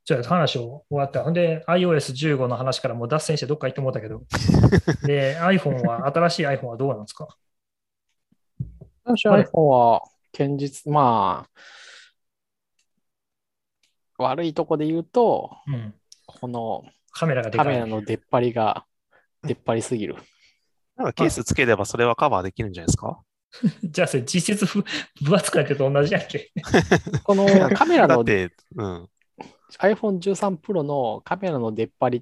じゃあ話を終わった。ほんで、iOS15 の話からもう脱線してどっか行ってもうたけど。で、iPhone は、新しい iPhone はどうなんですか？ 私まだ、 iPhone は、堅実、悪いとこで言うと、 うん、 このカメラがでカメかい。 ラの出っ張りが出っ張りすぎる。 なんかケーあ、 スつければそれはカバーできるんじゃないですか？ じゃあそれ実質分厚くなってると同じやんけ。 こいや、 のカメラのだって、うん。 iPhone13 Pro のカメラの出っ張りって、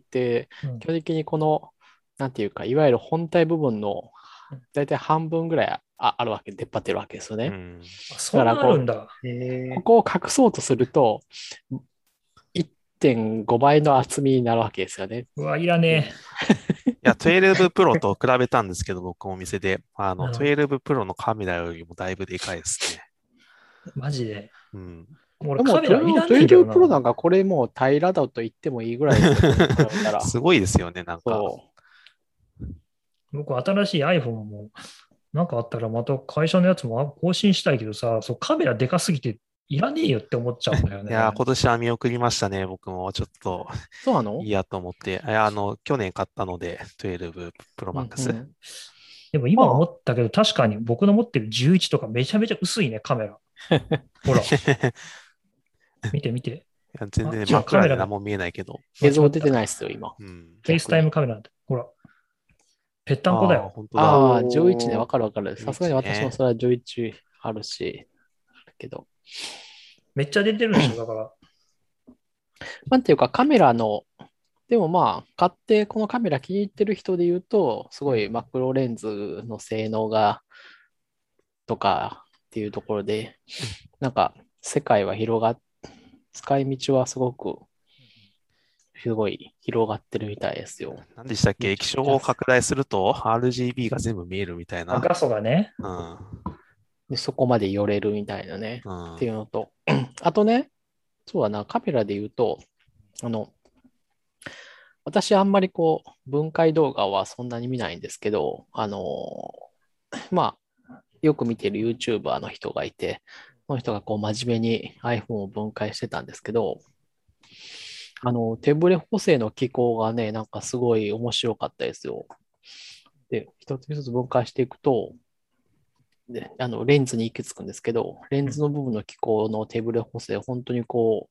うん。 基本的にこの、なんていうか、いわゆる本体部分の大体半分ぐらいあるわけ、出っ張ってるわけですよね。 うん。 あ、 だそんなあるからんだ。へえ。 ここを隠そうとすると、1.5倍の厚みになるわけですよね。 うわ、いらねいや、12 Pro と比べたんですけど、僕もお店で、 え。うん。 12 Pro のカメラよりもだいぶでかいですね。 マジで。 うん。 俺でもカメラいらんねんけ 12 ど Pro な。 なんかこれもう平らだと言ってもいいぐらいですよ、これに比べたら。 すごいですよね、なんか。 そ僕新しい iPhone もなんかあったらまた会社のやつも更新したいけどさ、そうカメラでかすぎていらねえよって思っちゃうんだよいやー、 ね。 今年は見送りましたね、僕もちょっとそうなの？ いいやと思って。去年買ったので、12 Pro うん Max。 うん。 でも今思まあ、 ったけど確かに僕の持ってる11とかめちゃめちゃ薄いね、カメラ。ほら、見て見て。 いや全あ、 然違う、 真っカメラが暗で何も見えないけど。 間映像出てな違った。 いですよ、今。 うん。 フェイスタイム逆に。 カメラなんて。ほら、ぺったんこだああ、 よ。 本当だ。 ああ、11ね、 おー、 わかるわかる。さすがに 11ね。 私もそれは11あるし、けど。 めっちゃ出てるんでしょ、だから。 なんていうか、カメラの、でもまあ、買ってこのカメラ気に入ってる人で言うと、すごいうん。 マクロレンズの性能が、とかっていうところで、なんか、世界は広がっ、使い道はすごい広がってるみたいですよ。 何でしたっけ？ めちゃくちゃ、 液晶を拡大すると RGB が全部見えるみたいあ、 な。 画素がね。 うん。 でそこまで寄れるみたいなね。 うん。 っていうのと、あとね、そうだな、カメラで言うと、あの、私あんまりこう、分解動画はそんなに見ないんですけど、まあ、よく見てる YouTuber の人がいて、その人がこう真面目に iPhone を分解してたんですけど、手ブレ補正の機構がね、なんかすごい面白かったですよ。で、一つ一つ分解していくと、で、レンズに行き着くんですけど、レンうん。 ズの部分の機構の手ブレ補正、本当に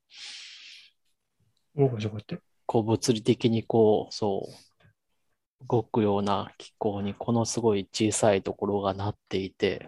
動くでしょ、こうやって。 物理的に動くような機構にこのすごい小さいところがなっていて、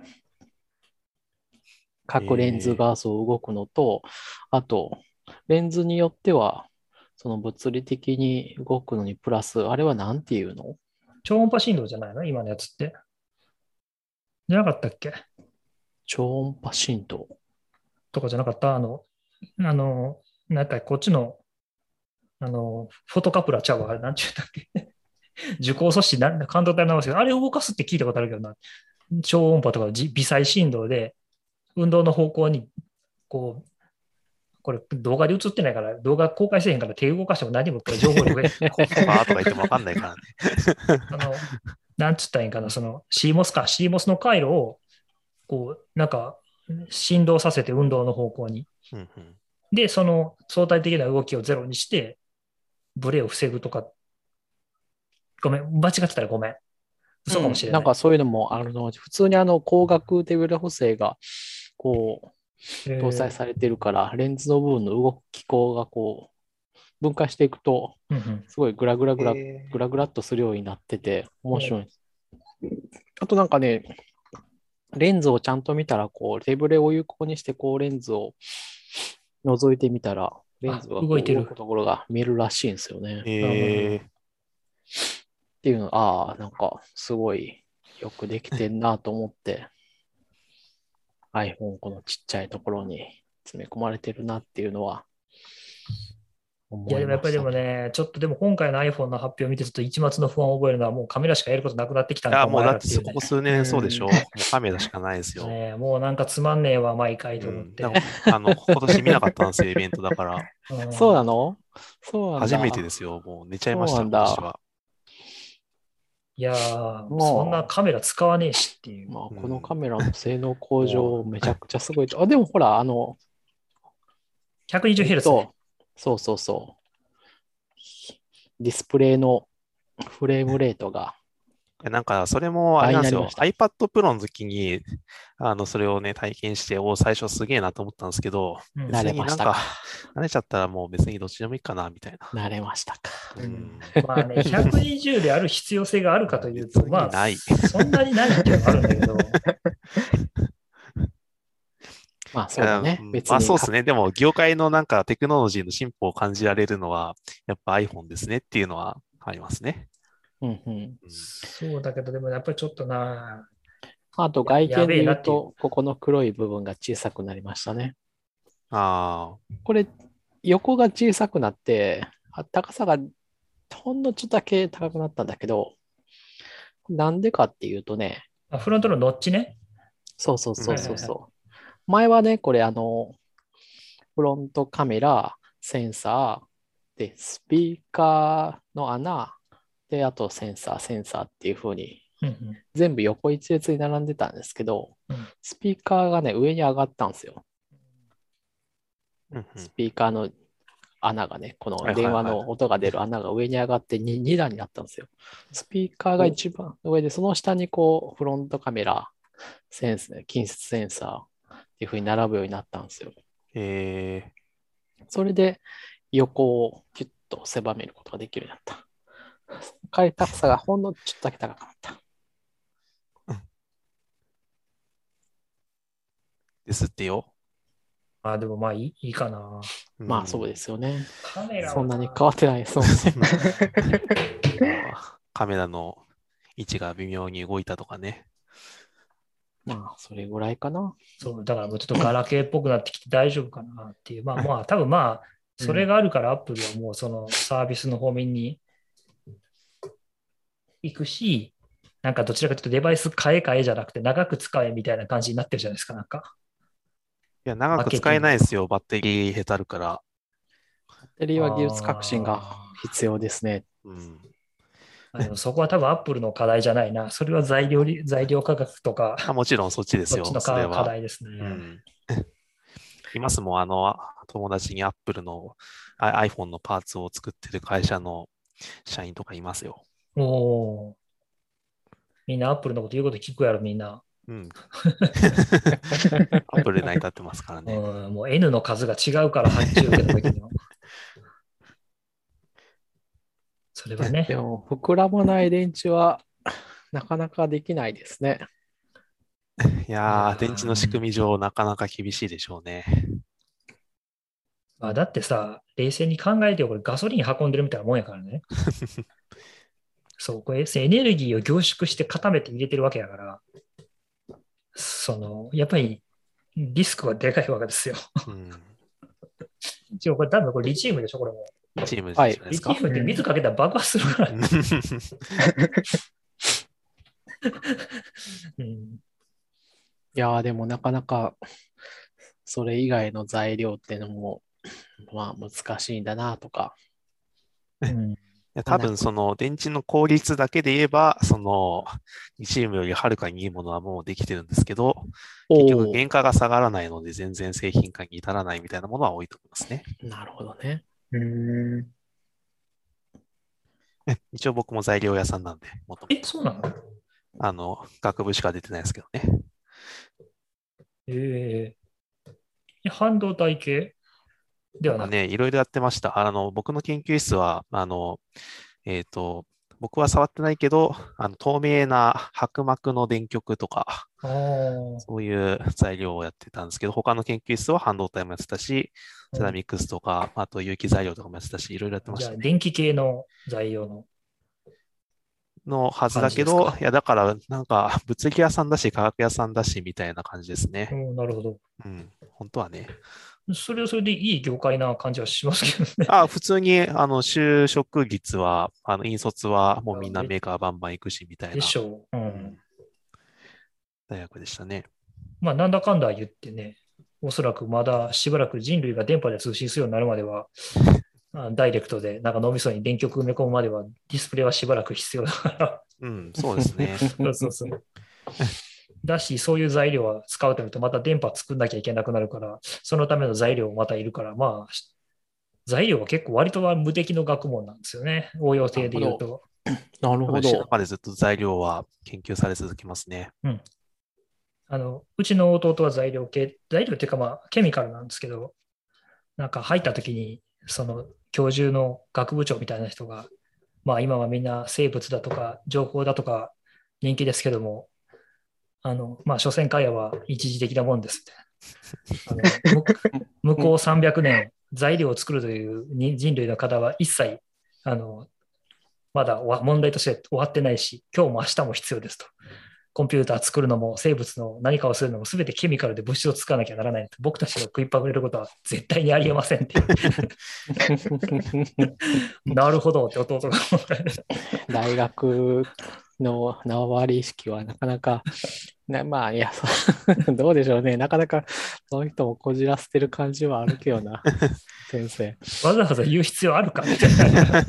各レンズえがそう動くのと、あと、レンズによっては、その物理的に動くのにプラス、あれはなんていうの？ 超音波振動じゃないの今のやつって。じゃなかったっけ？ 超音波振動。 とかじゃなかった？なんかこっちの、フォトカプラちゃうわ。あれ、なんちゅうんだっけ？受光素子感動体なんですけど、あれ動かすって聞いたことあるけどな。超音波とか微細振動で、運動の方向に、こう、これ動画で映ってないから、動画公開せえへんから手動かしても何もこれ情報量が、 パーとか言ってもわかんないからね。 あの、なんつったらいいんかな、その CMOS か、CMOS の回路を、こう、なんか、振動させて運動の方向に。 うんうん。 で、その相対的な動きをゼロにして、ブレを防ぐとか、ごめん、間違ってたらごめん。嘘かもうん、 しれない。 なんかそういうのもあるので、普通に光学手ブレ補正がこ搭載えされてるから、レンズの部分の動く機構が分解していくと、 うんうんすごいグえラグラっとするようになってて、面うん白いです。あとなんかね、レンズをちゃんと見たら、手ブレを有効にして、レンズを覗いてみたら、レンあ、 ズが動いてる。 動くところが見えるらしいんですよね。 えー、 っていうの、なんかすごいよくできてんなと思って、iPhone このちっちゃいところに詰め込まれてるなっていうのはいや、 思いでもやっぱりでましたね。 もね、ちょっとでも今回の iPhone の発表を見て、ちょっと一抹の不安を覚えるのは、もうカメラしかやることなくなってきたんか、 いや、 お前もうだっらっていうね。 てここ数ー、 年そうでしょ？ うん。 もうカメラしかないですよ。 ねえ、もうなんかつまんねえわ、毎回と思っうん。 て。 今年見なかったんですよ、イベントだから。 うそうん、 なの？そうなん初めてでだ。 すよ。もう寝ちゃいまそうした、 なんだ。 今年は。 いやー、そんなもカメラ使わねえしっていう。 うん。 このカメラの性能向もう、 上めちゃくちゃすごいと。でもほら、 120Hz ね。 えっと、 そうそうそう。ディスプレイのフレームレートがなんか、それもあれ倍なんですよ。 になりました。 iPad Pro の時に、それをね、体験して、最初すげえなと思ったんですけど、 うん別慣れになんか、 ましたか。 慣れちゃったらもう別にどっちでもいいかな、みたいな。 慣れましたか。 まあね、120である必要性があるかというと、 別にまあ、 ない。 そんなにないっていうのはあるんだけど、 まあそうだね。別まあにそうですね。でも、業界のなんかテクノロジーの進歩を感じられるのは、やっぱ iPhone ですねっていうのはありますね。 うんうん。 そうだけど、でもやっぱりちょっとな、 あと外や見でべえなっていう。 言うと、ここの黒い部分が小さくなりましたね。 あこれ、横が小さくなって、高さがほんのちょっとだけ高くなったんだけど、なんでかっていうとね、 あ、フロントのノッチね。 そうそうそううんはいはいはい。 そうそう。前はね、これフロントカメラ、センサー、で、スピーカーの穴、で、あとセンサーっていう風に、 うん全部横一列に並んでたんですけど、 うんスピーカーがね、上に上がったんですよ。 うんうんスピーカーの穴がね、このはいはいはい電話の音が出る穴が上に上がって 2段になったんですよ。スピーカーが一番上で、その下にこう、フロントカメラ、近接センサーっていう風に並ぶようになったんですよ。 えそれで横をキュッと狭めることができるようになった。高さがほんのちょっとだけ高くなった。 ですってよ。 あ、でもまあいいかな。 まあそうですよね。 カメラはそんなに変わってないですもんね。 カメラの位置が微妙に動いたとかね。 まあ、それぐらいかな。 そう、だからもうちょっとガラケーっぽくなってきて大丈夫かなっていう。まあまあ、多分まあ、それがあるからアップルはもうそのサービスの方面に行くし、なんかどちらかというとデバイス買えじゃなくて長く使えみたいな感じになってるじゃないですか、なんか。 いや、長マーく使えケティング。 ないですよ。バッテリーへたるから。 バッテリーは技術革新があ必要ですね。 うん。 でもそこは多分アップルの課題じゃないな。それは材料価格とか、 もちろんそっちですよ。 そっちの課それは。 題ですね。 うん。いますもん。友達に Apple のiPhone のパーツを作ってる会社の社員とかいますよ。 おー、みんなアップルのこと言うこと聞くやろ、みんな。 うん。Apple で成り立ってますからね。 うん、もう N の数が違うから発注受けた時の。それはね。 でも、膨らまない電池はなかなかできないですね。 いやー、電池の仕組み上なかなか厳しいでしょうね。 まあ、だってさ、冷静に考えてよ、これガソリン運んでるみたいなもんやからね。そう、これエネルギーを凝縮して固めて入れてるわけやから、やっぱりリスクはでかいわけですよ。 うん。 一応これ多分これリチウムでしょ、これも。 チームじゃないですか。 リチウムって水かけたら爆発するから。うん、 いやー、でもなかなかそれ以外の材料っていうのも、まあ難しいんだなとか。 うん多分その電池の効率だけで言えば、リチウムよりはるかにいいものはもうできてるんですけど、結局原価が下がらないので全然製品化に至らないみたいなものは多いと思いますね。 なるほどね。 一応僕も材料屋さんなんで、もともと。 そうな学部しか出てないですけどね。 半導体系ではなくて。 いろいろやってました。僕の研究室は、僕は触ってないけど、透明な薄膜の電極とか、そういう材料をやってたんですけど、他の研究室は半導体もやってたし、セラミックスとか、あと有機材料とかもやってたし、いろいろやってましたね。 じゃあ、電気系の材料のはずだけど、いや、だから、なんか、物理屋さんだし、化学屋さんだし、みたいな感じですね。 なるほど。 うん、本当はね。 それはそれでいい業界な感じはしますけどね。 普通に、就職率は、引率は、もうみんなメーカーバンバン行くし、みたいな。 でしょう。 大学でしたね。 まあ、なんだかんだ言ってね、おそらくまだしばらく人類が電波で通信するようになるまでは、ダイレクトで、なんか脳みそに電極埋め込むまでは、ディスプレイはしばらく必要だから。 うん、そうですね。 そう。だし、そういう材料は使うとなると、また電波作んなきゃいけなくなるから、そのための材料もまたいるから、まあ、 材料は結構割とは無敵の学問なんですよね。応用性で言うと。 なるほど。 死ぬまでずっと材料は研究され続けますね。 うん。うちの弟は材料っていうかまあ、ケミカルなんですけど、なんか入った時に、その教授の学部長みたいな人が、まあ今はみんな生物だとか情報だとか人気ですけども、まあ所詮会話は一時的なもんですみたいな。向こう300年材料を作るという人類の課題は一切、まだ問題として終わってないし、今日も明日も必要ですと。コンピューター作るのも生物の何かをするのも全てケミカルで物質を作らなきゃならない。僕たちが食いっぱぐれることは絶対にありえませんって。なるほどって弟が思って。 大学の縄張り意識はなかなか、まあ、いや、どうでしょうね。なかなかその人もこじらせてる感じはあるけどな、先生。 わざわざ言う必要あるかみたいな。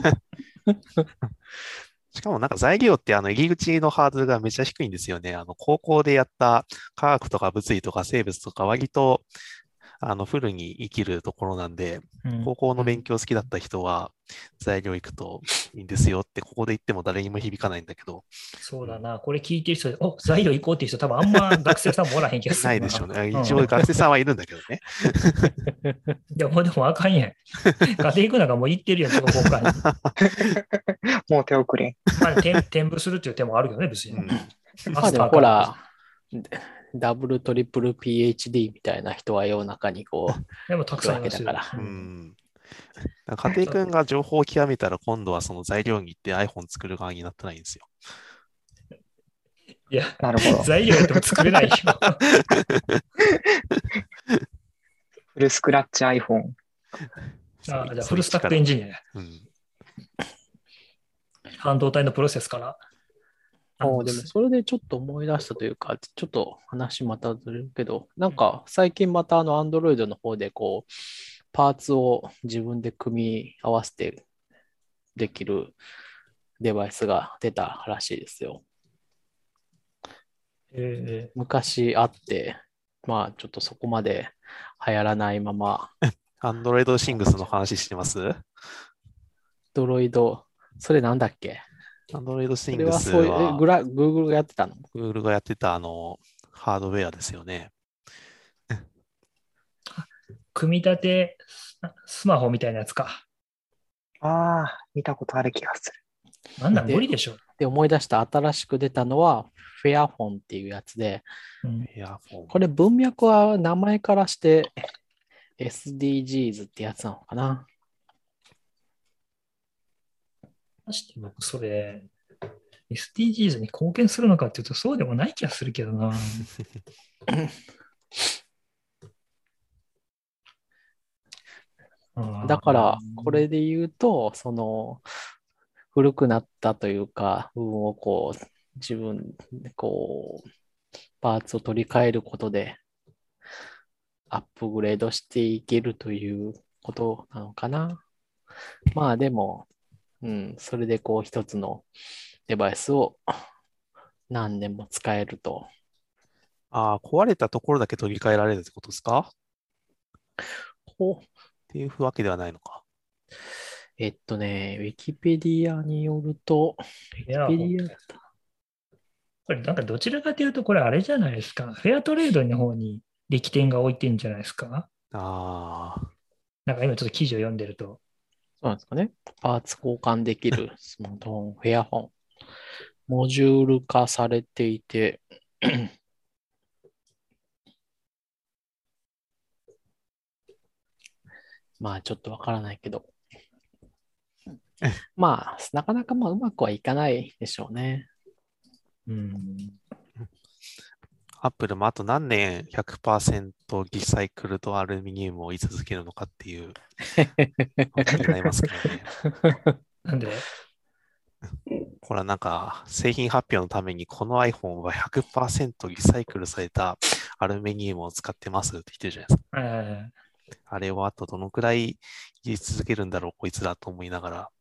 しかもなんか材料って入り口のハードルがめっちゃ低いんですよね。高校でやった科学とか物理とか生物とか割とフルに生きるところなんで、高校の勉強好きだった人は材料行くといいんですよってここで言っても誰にも響かないんだけど。 そうだな。これ聞いてる人で、材料行こうっていう人多分あんま学生さんもおらへん気がするな。 ないでしょうね。一応学生さんはいるんだけどね。 いや、もうでもあかんやん。家庭行くなんかもう行ってるやん、その交換に。 もう手遅れ。 まあ、転部するっていう手もあるけどね、別に。 まあでもほら、ダブルトリプル PhD みたいな人は世の中にこう、 でもたくさんいますよ。 家庭君が情報を極めたら今度はその材料に行って iPhone 作る側になったらいいんですよ。 いや、 なるほど。 材料やっても作れないよ。 フルスクラッチ iPhone。 じゃあフルスタックエンジニアや。半導体のプロセスから。 でもそれでちょっと思い出したというか、ちょっと話またずれるけど、なんか最近またAndroid の方でこう、パーツを自分で組み合わせてできるデバイスが出たらしいですよ。昔あって、まあちょっとそこまで流行らないまま。 Android Things の話してます？ ドロイド、それなんだっけ ？Android Things はそういう、Google がやってたの？ Google がやってたハードウェアですよね。 組み立てスマホみたいなやつか。 ああ、見たことある気がする。 なんだ、無理でしょ。 で、思い出した新しく出たのは、フェアフォンっていうやつで、これ文脈は名前からして SDGs ってやつなのかな。 僕、それ、SDGs に貢献するのかっていうと、そうでもない気がするけどな。 だから、これで言うと、古くなったというか、部分をこう、自分でこう、パーツを取り替えることで、アップグレードしていけるということなのかな。まあでも、それでこう一つのデバイスを何年も使えると。 壊れたところだけ取り替えられるってことですか？っていうわけではないのか。 ウィキペディアによると、 これなんかどちらかというと、これあれじゃないですか。フェアトレードの方に力点が置いてんじゃないですか。なんか今ちょっと記事を読んでると。 そうなんですかね。パーツ交換できるスマートフォン、フェアフォン。モジュール化されていて、まあちょっとわからないけど。まあ、なかなかうまくはいかないでしょうね。 アップルもあと何年 100% リサイクルとアルミニウムを言い続けるのかっていう気になりますからね。 なんでこれはなんか製品発表のためにこの iPhone は 100% リサイクルされたアルミニウムを使ってますって言ってるじゃないですか。あれをあとどのくらい言い続けるんだろうこいつだと思いながら。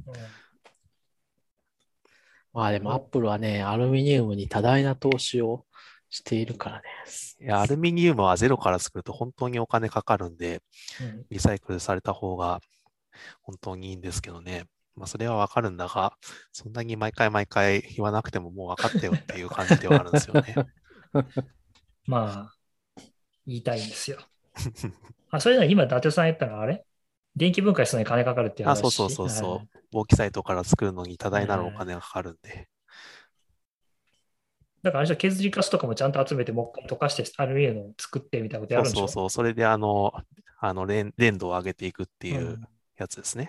まあでもアップルはね、アルミニウムに多大な投資をしているからね。 いや、アルミニウムはゼロから作ると本当にお金かかるんで、リサイクルされた方が本当にいいんですけどね。まあ、それはわかるんだが、そんなに毎回毎回言わなくてももう分かったよっていう感じではあるんですよね。 まあ、言いたいんですよ。それなら今、伊達さん言ったのはあれ電気分解するのに金かかるっていう話。 そう。簿記サイトから作るのに多大なるお金がかかるんで。 だからあれじゃ削りカスとかもちゃんと集めて、もう一回溶かして、あるのを作ってみたいなことやるんでしょ。 それで連度を上げていくっていうやつですね。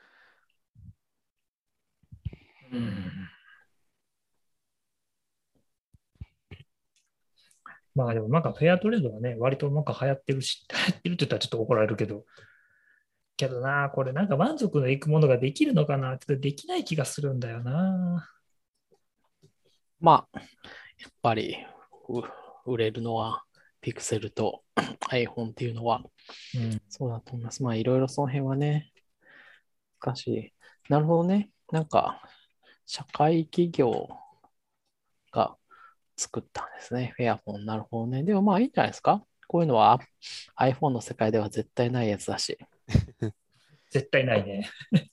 まあでもなんかフェアトレードはね、割となんか流行ってるし、流行ってるって言ったらちょっと怒られるけど、これなんか満足のいくものができるのかなってできない気がするんだよな。 まあ、やっぱり売れるのはピクセルと iPhone っていうのは、そうだと思います。まあいろいろその辺はね、難しい。なるほどね。なんか、社会企業が作ったんですね。フェアフォン。なるほどね。でもまあいいんじゃないですか。こういうのは iPhone の世界では絶対ないやつだし。 絶対ないね。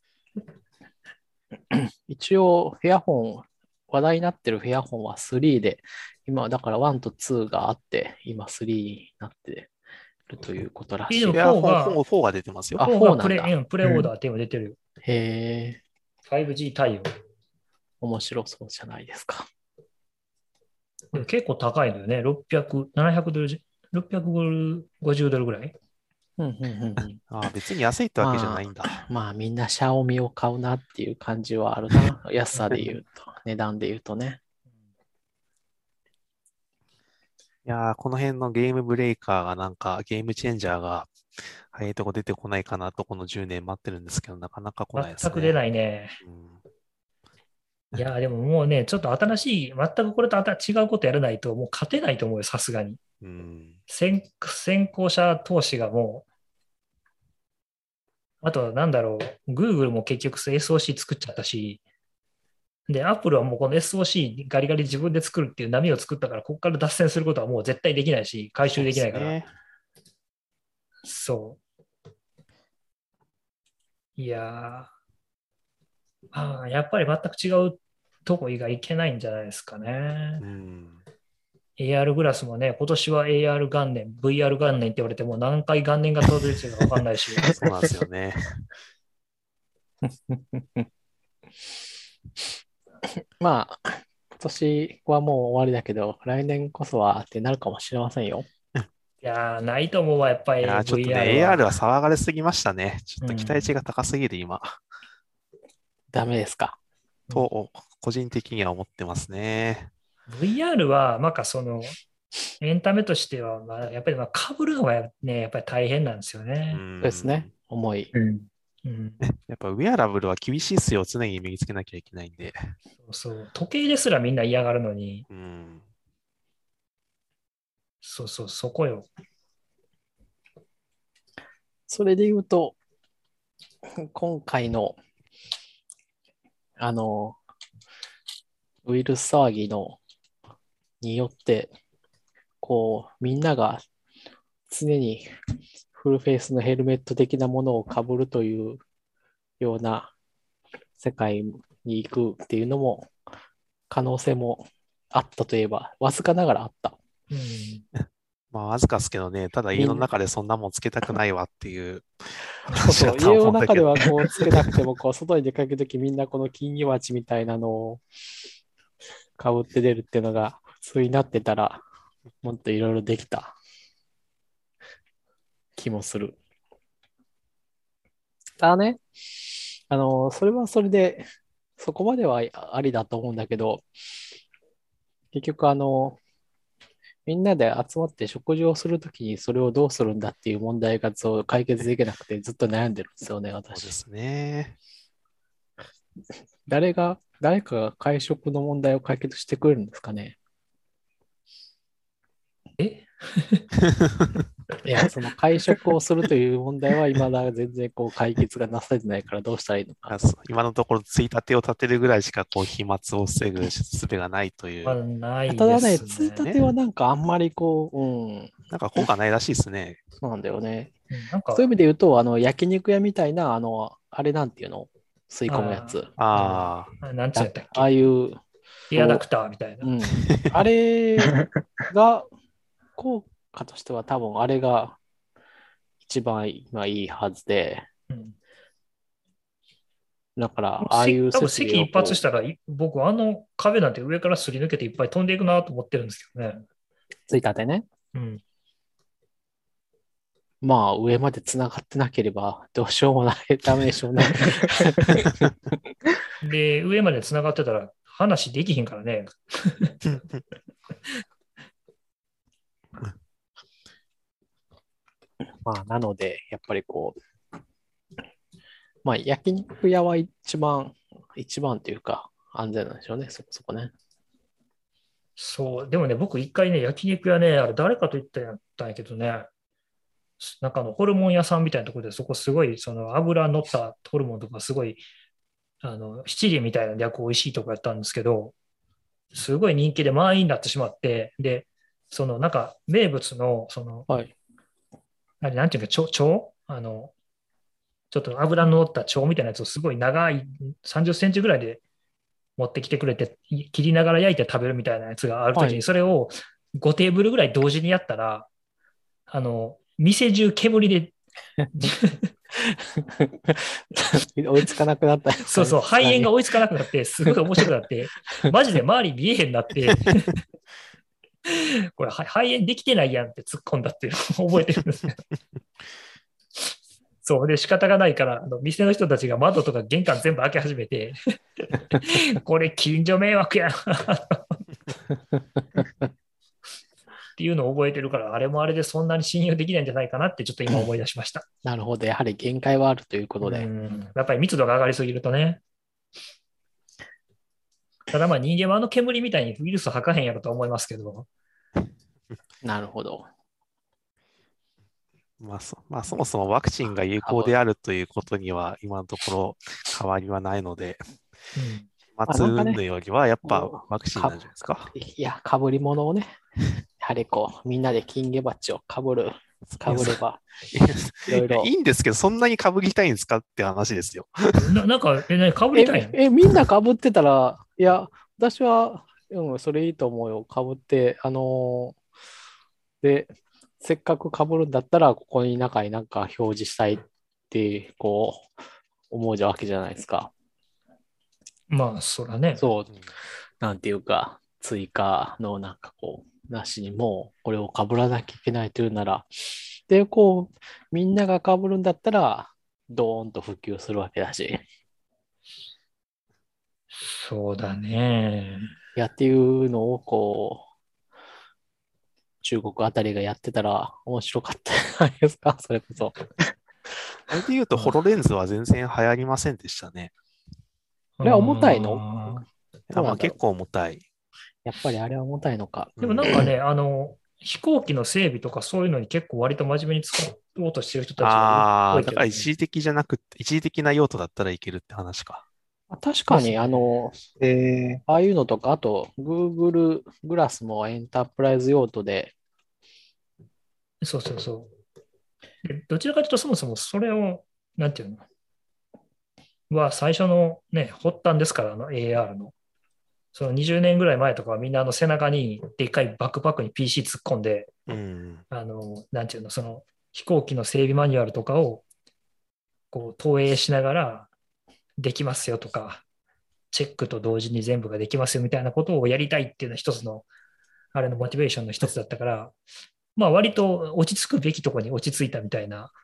一応、フェアフォン、話題になってるフェアフォンは3で、今、だから1と2があって、今3になってるということらしい。 4が出てますよ。 4なんだ。 プレオーダーって今出てるよ。 へえ。 5G 対応。 面白そうじゃないですか。 結構高いのよね。700ドル、650ドルぐらい。 別に安いってわけじゃないんだ。 まあみんなシャオミを買うなっていう感じはあるな。安さで言うと、値段で言うとね。 いやー、この辺のゲームブレイカーがなんかゲームチェンジャーが早いとこ出てこないかなとこの10年待ってるんですけど、なかなか来ないですね。 全く出ないね。いやーでももうね、ちょっと新しい、全くこれと違うことやらないともう勝てないと思うよ、さすがに。先行者投資がもう、あとなんだろう、Google も結局SOC 作っちゃったし、で、Apple はもうこの SOC ガリガリ自分で作るっていう波を作ったから、ここから脱線することはもう絶対できないし、回収できないから。そう。いやー、やっぱり全く違うとこ以外いけないんじゃないですかね。AR グラスもね、今年は AR 元年、VR 元年って言われても何回元年が到底するか分かんないし。 そうなんですよね。 まあ、今年はもう終わりだけど、来年こそはってなるかもしれませんよ。 いやー、ないと思うわ、やっぱり。 いやー、ちょっとね、AR は騒がれすぎましたね。ちょっと期待値が高すぎる、今。 ダメですか。 と、個人的には思ってますね。 VR は、なんかエンタメとしては、やっぱり被るのがね、やっぱり大変なんですよね。 そうですね。重い。 やっぱウェアラブルは厳しいっすよ。常に身につけなきゃいけないんで。 そう。時計ですらみんな嫌がるのに。そこよ。 それで言うと、今回の、ウイルス騒ぎによって、みんなが常にフルフェイスのヘルメット的なものをかぶるというような世界に行くっていうのも、可能性もあったといえば、わずかながらあった。 まあ、わずかですけどね、ただ家の中でそんなもんつけたくないわっていう。 そう家の中ではつけなくても、外に出かけるときみんなこの金魚鉢みたいなのをかぶって出るっていうのが普通になってたら、もっといろいろできた気もする。ただね、それはそれで、そこまではありだと思うんだけど、結局みんなで集まって食事をするときにそれをどうするんだっていう問題が解決できなくてずっと悩んでるんですよね、私。 そうですね。 誰かが会食の問題を解決してくれるんですかね。いや、その会食をするという問題は未だ全然解決がなされてないからどうしたらいいのか。 今のところついたてを立てるぐらいしか飛沫を防ぐ術がないという。 ただね、ついたてはなんかあんまりなんか効果ないらしいですね。 そうなんだよね。そういう意味で言うと、焼肉屋みたいなあれなんていうの吸い込むやつ。 あなんつうんやったっああけいう、 エアダクターみたいな。 あれが、効果としては多分あれが一番今いいはずで、だから、ああいう多分設備席一を発したら、僕、あの壁なんて上からすり抜けていっぱい飛んでいくなと思ってるんですけどね。 ついたてね。まあ、上まで繋がってなければ、どうしようもない、ダメでしょうね。 で、上まで繋がってたら話できひんからね。 まあ、なので、やっぱりまあ、焼肉屋は一番というか、安全なんでしょうね、そこそこね。 そう、でもね、僕一回ね、焼肉屋ね、あれ誰かと言ったんやけどね、なんかホルモン屋さんみたいなところで、そこすごい、その油乗ったホルモンとかすごい、七輪みたいな略美味しいとこやったんですけど、すごい人気で満員になってしまって、で、そのなんか名物の、 はい。 あれなんていうか、腸ちょっと油の乗った腸みたいなやつをすごい長い30センチぐらいで持ってきてくれて、切りながら焼いて食べるみたいなやつがあるときに、 はい。 それを5テーブルぐらい同時にやったら、店中煙で追いつかなくなったんですかね、 そうそう、 さすがに。 肺炎が追いつかなくなって、すごい面白くなって、マジで周り見えへんなって、これ肺炎できてないやんって突っ込んだっていうのを覚えてるんですよ。そうで仕方がないから、店の人たちが窓とか玄関全部開け始めて、これ近所迷惑やなっていうのを覚えてるから、あれもあれでそんなに信用できないんじゃないかなってちょっと今思い出しました。 なるほど。やはり限界はあるということで。 やっぱり密度が上がりすぎるとね。ただまあ人間は煙みたいにウイルス吐かへんやろと思いますけど。 なるほど。 まあ、そもそもワクチンが有効であるということには今のところ変わりはないので、松云々よりはやっぱワクチンなんじゃないですか。 いや、かぶり物をね、やはりみんなで金魚鉢をかぶれば、いろいろ。 いいんですけど、そんなにかぶりたいんですかって話ですよ。 なんか、かぶりたいのみんなかぶってたら、いや、私は、それいいと思うよ。かぶって、で、せっかくかぶるんだったら、ここに中になんか表示したいって、思うわけじゃないですか。 まあ、そらね。 そう、なんていうか、追加のなんかなしにも、これをかぶらなきゃいけないというなら、で、みんながかぶるんだったら、ドーンと普及するわけだし。 そうだね。 っていうのを、中国あたりがやってたら面白かったじゃないですか、それこそ。 あれで言うと、ホロレンズは全然流行りませんでしたね。 あれは重たいの？ 結構重たい。 やっぱりあれは重たいのか。 でもなんかね、飛行機の整備とかそういうのに結構割と真面目に使おうとしてる人たちが多いけど、ね。 だから一時的じゃなくて、一時的な用途だったらいけるって話か。 確かに、ああいうのとか、あと、Google グラスもエンタープライズ用途で。 そうそうそう。でどちらかというと、そもそもそれを、なんていうのは最初のね、発端ですから、AR の。その20年ぐらい前とかはみんな背中にでっかいバックパックに PC 突っ込んで、なんていうの、その飛行機の整備マニュアルとかを投影しながらできますよとか、チェックと同時に全部ができますよみたいなことをやりたいっていうのは一つの、あれのモチベーションの一つだったから、まあ割と落ち着くべきところに落ち着いたみたいな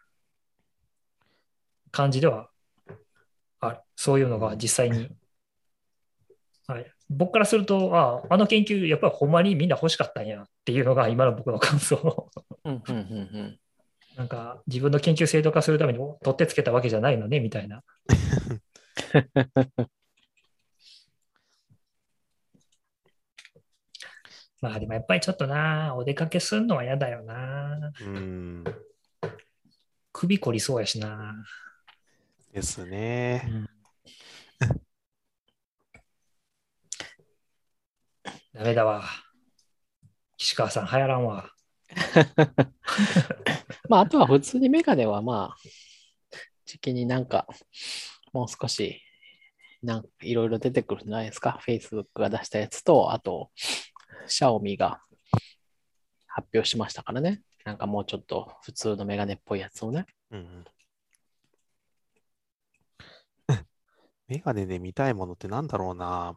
感じではある。そういうのが実際に。はい、僕からすると、あの研究、やっぱりほんまにみんな欲しかったんやっていうのが今の僕の感想。なんか自分の研究制度化するために取ってつけたわけじゃないのねみたいな。まあでもやっぱりちょっとな、お出かけするのは嫌だよな。首凝りそうやしな。 ですね。 ダメだわ。岸川さん流行らんわ。 まあ、あとは普通にメガネはまあ、 時期になんか、もう少し、なんかいろいろ出てくるんじゃないですか。Facebook が出したやつと、あと、シャオミが発表しましたからね。なんかもうちょっと普通のメガネっぽいやつをね。 うんメガネで見たいものってなんだろうな。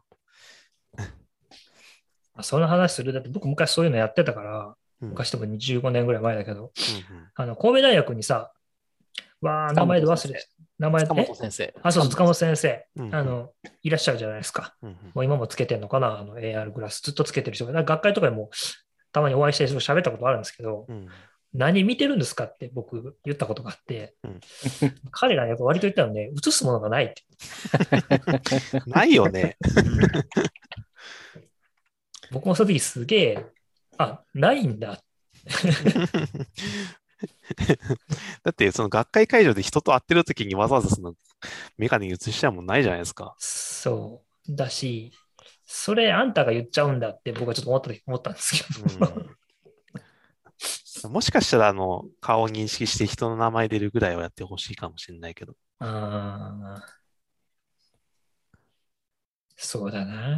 その話する。だって僕昔そういうのやってたから、 うん昔でも15年ぐらい前だけど、 うん神戸大学にさ、名前で忘れ、名前塚本先生。 そう、塚本先生、 うんいらっしゃるじゃないですか。 うんもう今もつけてんのかな、AR グラス、ずっとつけてる人が、学会とかでもたまにお会いしてる人喋ったことあるんですけど、 うん何見てるんですかって僕言ったことがあって、 うん彼がね、割と言ったのね、映すものがないって。 ないよね。 僕もその時すげえ、ないんだ。 だって、その学会会場で人と会ってる時にわざわざそのメガネに映しちゃうもんないじゃないですか。 そうだし、それあんたが言っちゃうんだって僕はちょっと思ったんですけど。 もしかしたら、顔を認識して人の名前出るぐらいはやってほしいかもしれないけど。 そうだな。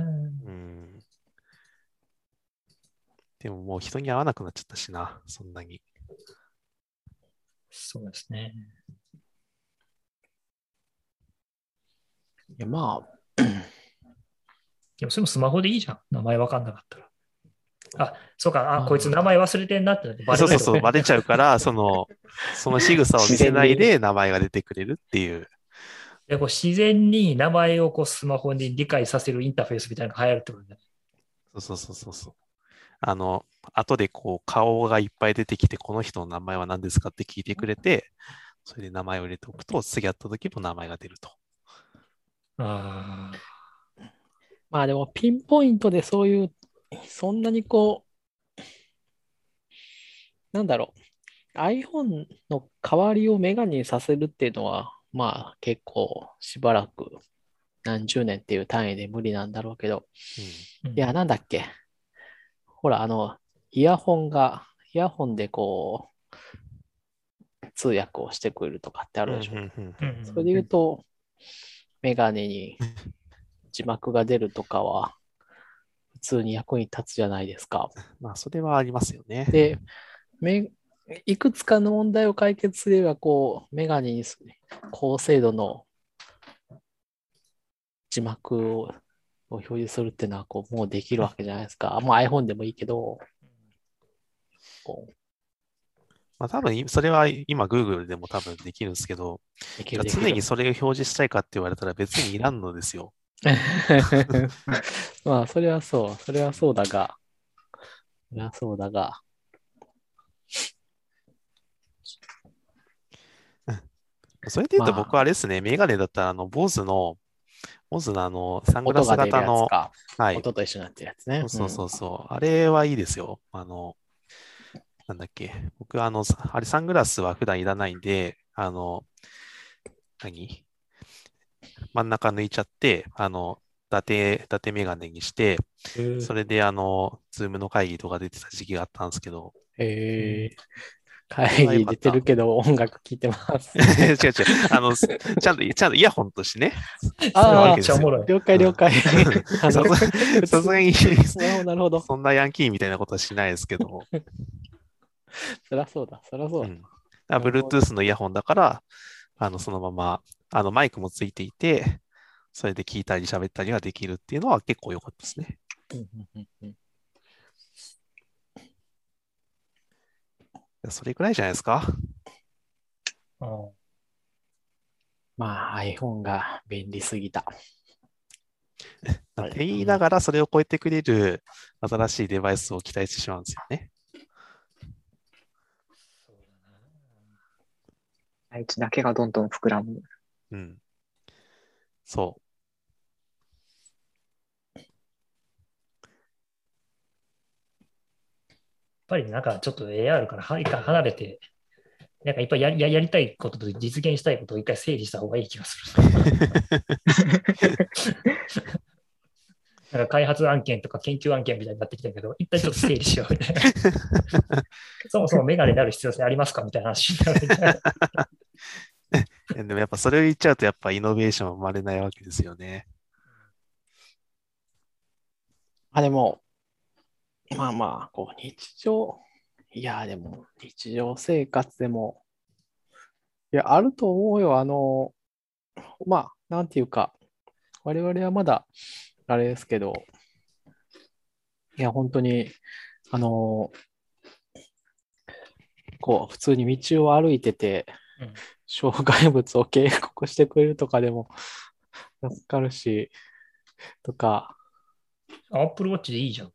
でももう人に会わなくなっちゃったしな、そんなに。 そうですね。 いや、まあ。 でもそれもスマホでいいじゃん。名前わかんなかったら。そうか、こいつ名前忘れてんなってなってバレるよね。 そう、バレちゃうから、その仕草を見せないで名前が出てくれるっていう。 で自然に名前をスマホに理解させるインターフェースみたいなのが流行るってことだね。 そう。後で顔がいっぱい出てきて、この人の名前は何ですかって聞いてくれて、それで名前を入れておくと、次会った時も名前が出ると。 まあでもピンポイントでそういう、そんなになんだろう、iPhone の代わりをメガネにさせるっていうのは、まあ結構しばらく何十年っていう単位で無理なんだろうけど、いや、なんだっけ。ほら、イヤホンで通訳をしてくれるとかってあるでしょ。それで言うと、メガネに字幕が出るとかは、普通に役に立つじゃないですか。 まあ、それはありますよね。 で、いくつかの問題を解決すれば、メガネに高精度の字幕を表示するっていうのは、もうできるわけじゃないですか。もう iPhone でもいいけど、 まあ、多分、それは今 Google でも多分できるんですけど、常にそれを表示したいかって言われたら別にいらんのですよ。 まあ、それはそうだが、 それで言うと僕はあれですね、メガネだったらBOSE のサングラス型の、 音と一緒になってるやつね。 そう。あれはいいですよ。なんだっけ。僕あれサングラスは普段いらないんで、真ん中抜いちゃって、伊達メガネにして、それでズームの会議とか出てた時期があったんですけど。 会議出てるけど音楽聴いてます。 違う。ちゃんとイヤホンとしてね。 了解。 さすがに、 なるほど。 そんなヤンキーみたいなことはしないですけど。 そりゃそうだ。 Bluetooth のイヤホンだから、そのまま、マイクもついていて、それで聞いたり喋ったりができるっていうのは結構良かったですね。それくらいじゃないですか。 まあ iPhone が便利すぎた。 って言いながらそれを超えてくれる新しいデバイスを期待してしまうんですよね。 愛知だけがどんどん膨らむ。 そう。 やっぱりなんかちょっと AR から離れて、なんかいっぱいやりたいことと実現したいことを一回整理した方がいい気がする。なんか開発案件とか研究案件みたいになってきたけど、一旦ちょっと整理しようみたいな。そもそもメガネになる必要性ありますかみたいな話になるみたいな。 でもやっぱそれを言っちゃうとやっぱイノベーションは生まれないわけですよね。 でも、まあまあ、こう、でも、日常生活でも、いや、あると思うよ。まあ、なんていうか、我々はまだ、あれですけど、いや、本当に、あの、こう、普通に道を歩いてて、 うん。 障害物を警告してくれるとかでも助かるし、とか、 Apple Watch でいいじゃん。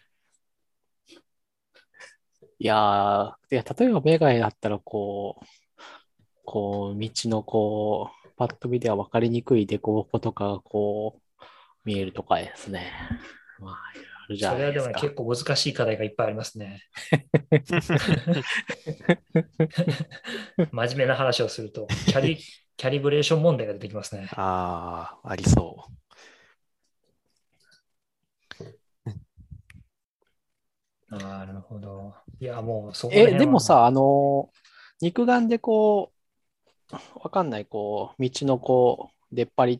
例えばメガネだったら、道のパッと見では分かりにくい凸凹とかが見えるとかですね。まあ、いろいろあるじゃそれはでもね、 ないですか。 結構難しい課題がいっぱいありますね。真面目な話をすると、キャリブレーション問題が出てきますね。 ああ、ありそう。 なるほど。いや、もうそこら辺はでもさ、肉眼でわかんない、道の出っ張りって、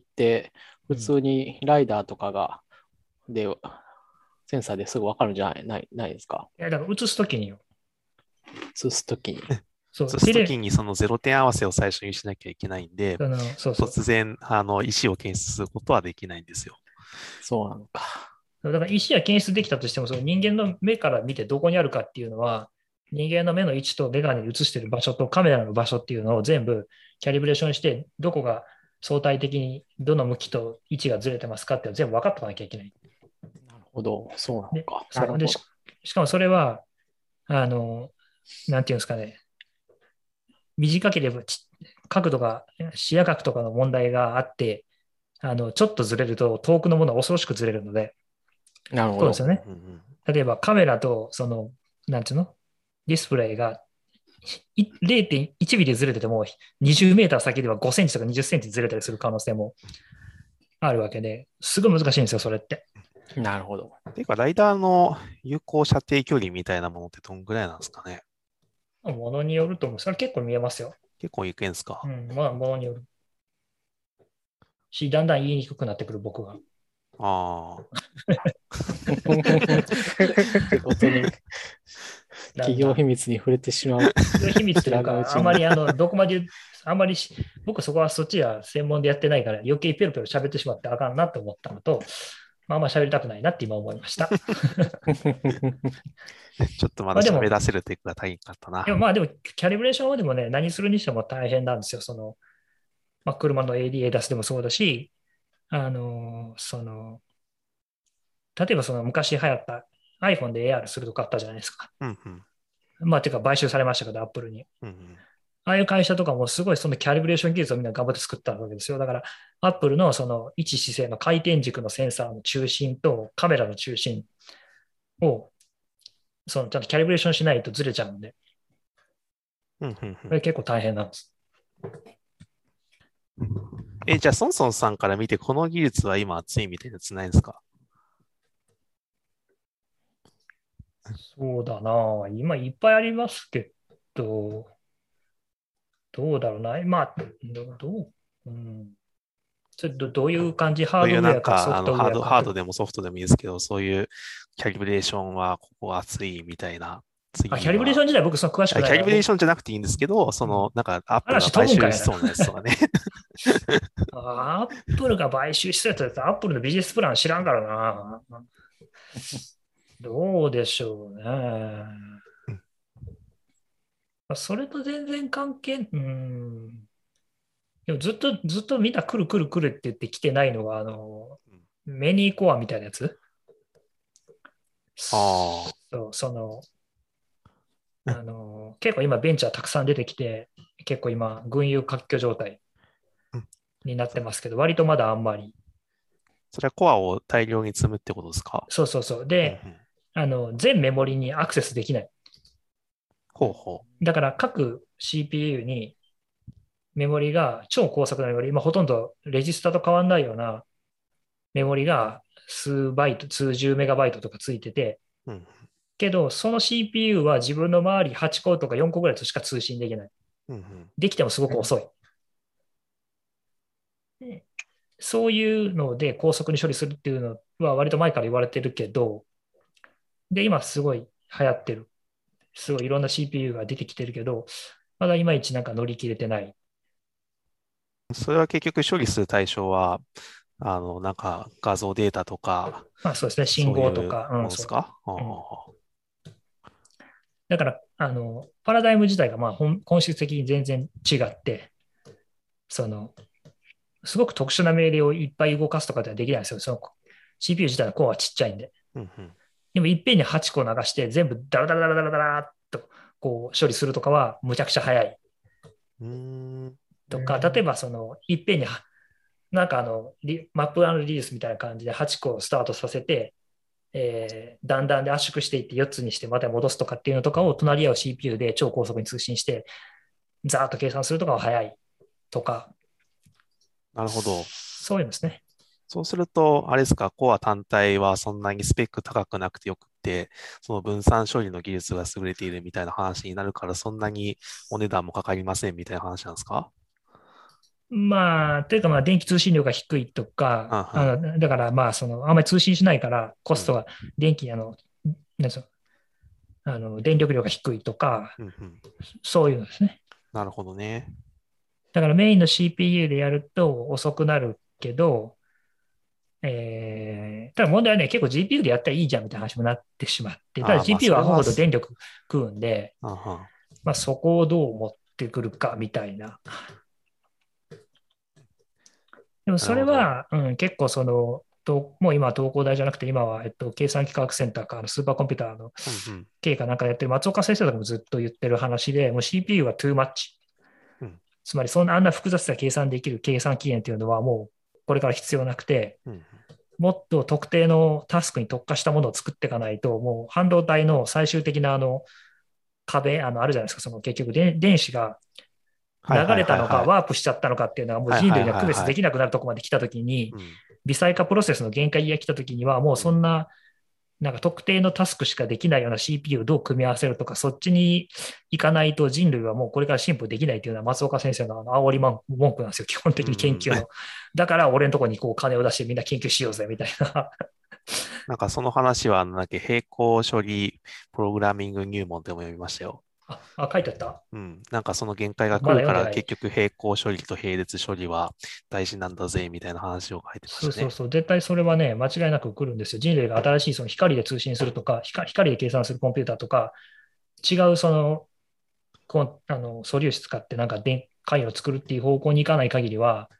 普通にライダーとかで、センサーですぐわかるんじゃないですか。 いや、だから映すときによ。 映すときに。 そう、 そうするときにその0点合わせを最初にしなきゃいけないんで、 そうそう。 突然、石を検出することはできないんですよ。 そうなのか。 だから石は検出できたとしても、その人間の目から見てどこにあるかっていうのは、人間の目の位置とメガネに映してる場所とカメラの場所っていうのを全部キャリブレーションして、どこが相対的にどの向きと位置がずれてますかっていうのを全部分かっておかなきゃいけない。 なるほど。そうなのか。 でしかもそれは、なんていうんですかね、短ければ角度が、視野角とかの問題があって、ちょっとずれると遠くのものは恐ろしくずれるので、 なるほど。 そうですよね。例えばカメラとなんていうのディスプレイが0.1ミリずれてても20メーター先では5センチとか20センチずれたりする可能性もあるわけで、すごい難しいんですよ、それって。 なるほど。 ていうか、ライダーの有効射程距離みたいなものってどんぐらいなんですかね。 ものによると思う。それ結構見えますよ。 結構いくんですか。 まあ、ものによる。だんだん言いにくくなってくる、僕が。 ああ。 企業秘密に触れてしまう。 企業秘密というか、あまりどこまで、あまり僕そこはそっちは専門でやってないから余計ペロペロ喋ってしまってあかんなと思ったのと、あんま喋りたくないなって今思いました。ちょっとまだ喋らせるテクが大変かったな。 でもキャリブレーションはでもね、何するにしても大変なんですよ。車の ADA 出すでもそうだし、例えば昔流行った iPhone で AR するとかあったじゃないですか。てか買収されましたけど、Apple に。ああいう会社とかもすごいそのキャリブレーション技術をみんな頑張って作ったわけですよ。だから、Apple のその位置姿勢の回転軸のセンサーの中心とカメラの中心を、ちゃんとキャリブレーションしないとずれちゃうんで。これ結構大変なんです。 じゃあ、ソンソンさんから見て、この技術は今熱いみたいなやつないですか？ そうだな。今いっぱいありますけど、どうだろうな。それどういう感じ？ハードウェアかソフトウェアか。 ハードでもソフトでもいいですけど、そういうキャリブレーションはここ熱いみたいな。 キャリブレーション自体僕その詳しくない。 キャリブレーションじゃなくていいんですけど、アップルが買収しそうなやつとかね。 アップルが買収しそうやったら、アップルのビジネスプラン知らんからな。どうでしょうね。それと全然関係、でもずっとみんな来るって言って来てないのが、メニーコアみたいなやつ。結構今ベンチャーたくさん出てきて、結構今群雄割拠状態になってますけど、割とまだあんまり。 それはコアを大量に積むってことですか？ そう。で、全メモリにアクセスできない。だから各 CPU にメモリが超高速なメモリ、今ほとんどレジスタと変わんないようなメモリが数十メガバイトとかついてて、けどその CPU は自分の周り8個とか4個ぐらいとしか通信できない。できてもすごく遅い。 そういうので高速に処理するっていうのは割と前から言われてるけど、で、今すごい流行ってる。すごいいろんな CPU が出てきてるけど、まだいまいちなんか乗り切れてない。 それは結局処理する対象は、なんか画像データとか、 まあそうですね、信そういう号とか、 ものですか？ だから、パラダイム自体がまあ本質的に全然違って、すごく特殊な命令をいっぱい動かすとかではできないんですよ。CPU 自体のコアはちっちゃいんで。でもいっぺんに8個流して全部ダラダラダラダラダラっとこう処理するとかはむちゃくちゃ早い。とか、例えばいっぺんになんかマップ&リリースみたいな感じで8個スタートさせて、だんだんで圧縮していって4つにしてまた戻すとかっていうのとかを隣り合う CPU で超高速に通信してザーッと計算するとかは早いとか。 なるほど。 そういうんですね。 そうすると、あれですか、コア単体はそんなにスペック高くなくてよくて、その分散処理の技術が優れているみたいな話になるから、そんなにお値段もかかりませんみたいな話なんですか？ まあ、というか、まあ、電気通信量が低いとか、だから、まあ、あんまり通信しないから、コストが、電気、なんです電力量が低いとか、そういうのですね。 なるほどね。 だからメインの CPU でやると遅くなるけど、ただ問題はね、結構 GPU でやったらいいじゃんみたいな話もなってしまって、ただ GPU はアホほど電力食うんで、まあ、そこをどう持ってくるかみたいな。でもそれは、結構もう今は東工大じゃなくて、今は、計算機科学センターか、スーパーコンピューターの経かなんかやってる松岡先生とかもずっと言ってる話で、もう CPU はトゥーマッチ。つまり、あんな複雑な計算できる計算機源というのはもうこれから必要なくて、もっと特定のタスクに特化したものを作っていかないと、もう半導体の最終的な壁、あるじゃないですか、結局電子が流れたのかワープしちゃったのかっていうのはもう人類には区別できなくなるところまで来たときに、微細化プロセスの限界が来たときには、もうそんな、なんか特定のタスクしかできないような CPU をどう組み合わせるとか、そっちに行かないと人類はもうこれから進歩できないというのは松岡先生の煽り文句なんですよ、基本的に研究の。だから俺のところにこう金を出してみんな研究しようぜみたいな。 なんかその話は、並行処理プログラミング入門でも読みましたよ。 書いてあった？ なんかその限界が来るから結局並行処理と並列処理は大事なんだぜみたいな話を書いてましたね。 そう、絶対それはね、間違いなく来るんですよ。人類が新しい光で通信するとか、光で計算するコンピューターとか、違う素粒子使ってなんか回路を作るっていう方向に行かない限りは、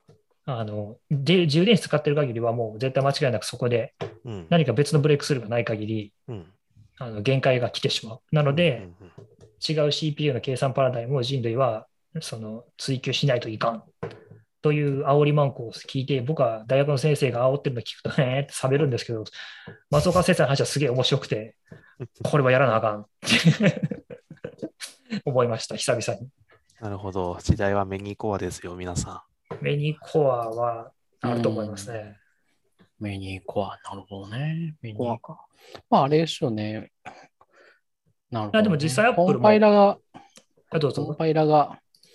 充電子使ってる限りはもう絶対間違いなくそこで何か別のブレイクスルーがない限り、限界が来てしまう。なので、違う CPU の計算パラダイムを人類は追求しないといかんという煽り文句を聞いて、僕は大学の先生が煽ってるのを聞くとって冷めるんですけど、松岡先生の話はすげえ面白くて、これはやらなあかんって思いました、久々に。 なるほど。時代はメニーコアですよ、皆さん。メニーコアはあると思いますね。 メニーコア、なるほどね。メニコアか。 まあ、あれですよね。なるほど、ね。 でも実際アップルも。 コンパイラが、 コンパイラが、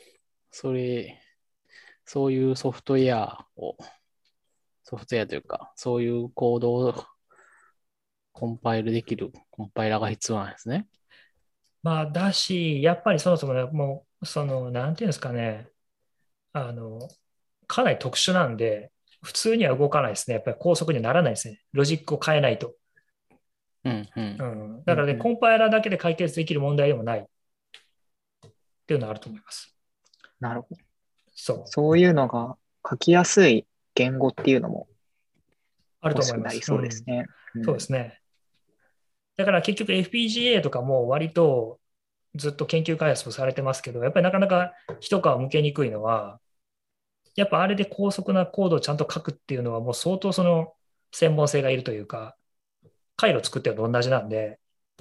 そういうソフトウェアというか、そういうコードをコンパイルできるコンパイラが必要なんですね。 まあ、だし、やっぱりそもそもね、もう、なんていうんですかね、かなり特殊なんで、普通には動かないですね。やっぱり高速にはならないですね。ロジックを変えないと。だからね、コンパイラーだけで解決できる問題でもないっていうのはあると思います。 なるほど。 そういうのが書きやすい言語っていうのもあると思います。 そうですね。 そうですね。だから結局 FPGA とかも割とずっと研究開発をされてますけど、やっぱりなかなか一皮向けにくいのは、やっぱあれで高速なコードをちゃんと書くっていうのはもう相当専門性がいるというか、回路作ってるのと同じなんで、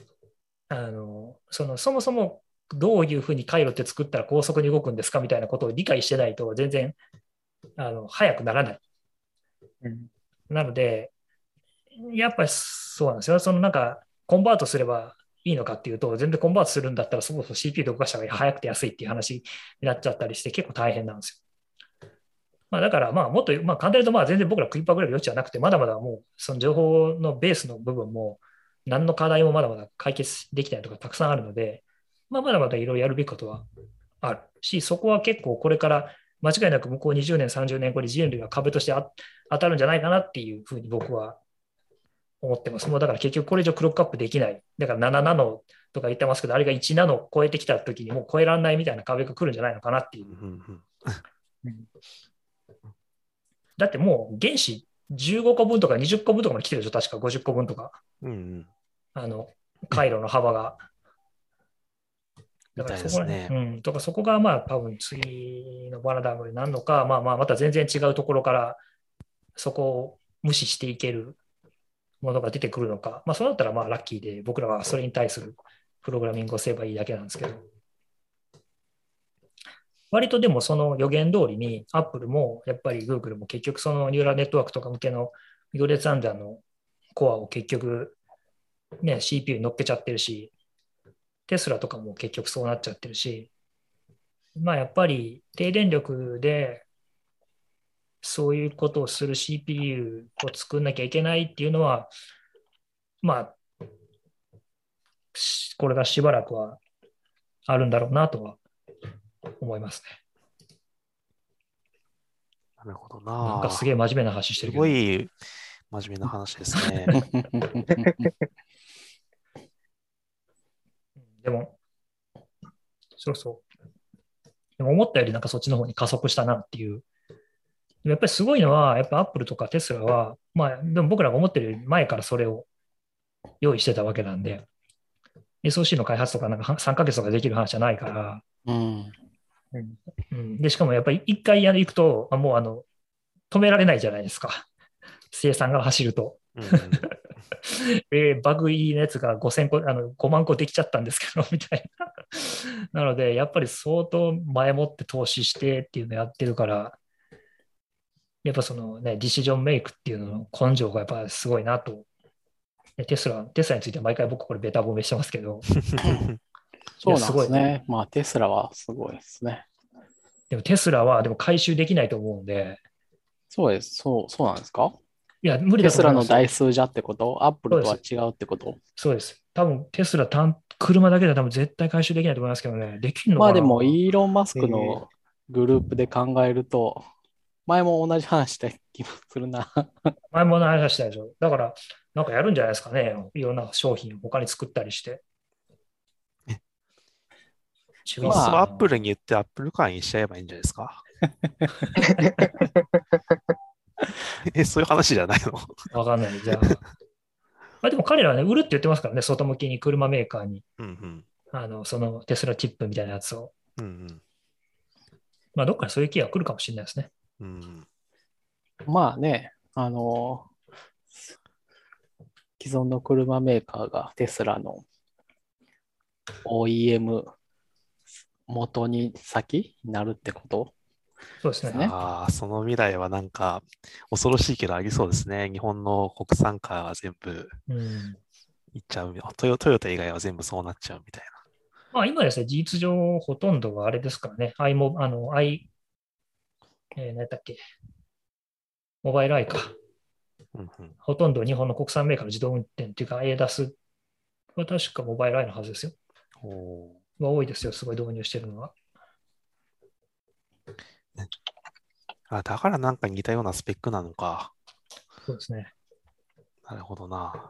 そもそもどういうふうに回路って作ったら高速に動くんですかみたいなことを理解してないと全然速くならない。なので、やっぱりそうなんですよ。なんかコンバートすればいいのかっていうと、全然コンバートするんだったらそもそも CPU で動かした方が早くて安いっていう話になっちゃったりして結構大変なんですよ。 まあ、だから、まあ、もっと、まあ、簡単に言うと、まあ、全然僕ら食いっぱぐれる余地はなくて、まだまだもう、その情報のベースの部分も、何の課題もまだまだ解決できたりとかたくさんあるので、まあ、まだまだいろいろやるべきことはあるし、そこは結構これから間違いなく向こう20年、30年後に人類が壁として当たるんじゃないかなっていうふうに僕は思ってます。もうだから結局これ以上クロックアップできない。だから7ナノとか言ってますけど、あれが1ナノを超えてきたときにもう超えられないみたいな壁が来るんじゃないのかなっていう。だってもう原子15個分とか20個分とかまで来てるでしょ、確か50個分とか。回路の幅が。だからそこね、とかそこがまあ多分次のパラダイムになるのか、まあまあまた全然違うところからそこを無視していけるものが出てくるのか、まあそうなったらまあラッキーで僕らはそれに対するプログラミングをすればいいだけなんですけど、割とでもその予言通りに Apple もやっぱり Google も結局そのニューラルネットワークとか向けの行列アンダーのコアを結局ね CPU に乗っけちゃってるし、テスラとかも結局そうなっちゃってるし、まあやっぱり低電力でそういうことをする CPU を作んなきゃいけないっていうのは、まあ、これがしばらくはあるんだろうなとは思いますね。 なるほどな。 なんかすげえ真面目な話してるけど。 すごい真面目な話ですね。 でも、そう。でも思ったよりなんかそっちの方に加速したなっていう。やっぱりすごいのは、やっぱアップルとかテスラは、まあ、でも僕らが思ってるより前からそれを用意してたわけなんで、SOC の開発とかなんか3ヶ月とかできる話じゃないから、で、しかもやっぱり一回行くと、もう止められないじゃないですか。生産が走ると。バグいいやつが5000個、5万個できちゃったんですけど、みたいな。なので、やっぱり相当前もって投資してっていうのをやってるから、やっぱそのね、ディシジョンメイクっていうのの根性がやっぱすごいなと。テスラについては毎回僕これベタ褒めしてますけど。 そうなんですね。まあテスラはすごいですね。 でもテスラはでも回収できないと思うんで。 そうです。そうなんですか？ いや、無理だと思います。 テスラの台数じゃってこと？アップルとは違うってこと？ そうです。多分テスラ車だけでは多分絶対回収できないと思いますけどね。できるのかな？ まあでも、イーロン・マスクのグループで考えると、前も同じ話した気もするな。 前も同じ話したでしょ。だから、なんかやるんじゃないですかね。いろんな商品を他に作ったりして。 違う。アップルに言ってアップル会員しちゃえばいいんじゃないですか。そういう話じゃないの？ わかんない。じゃあ。でも彼らはね、売るって言ってますからね、外向きに車メーカーに。そのテスラチップみたいなやつを。まあ、どっかにそういう気が来るかもしれないですね。 まあね、既存の車メーカーがテスラの OEM 元に先になるってこと？ そうですね。 その未来はなんか恐ろしいけどありそうですね。日本の国産カーが全部いっちゃう。トヨタ以外は全部そうなっちゃうみたいな。 まあ今ですね、事実上ほとんどはあれですからね。何だっけ。モバイルアイか。ほとんど日本の国産メーカーの自動運転っていうか ADAS は確かモバイルアイのはずですよ。多いですよ、すごい導入してるのは。 だからなんか似たようなスペックなのか。 そうですね。 なるほどな。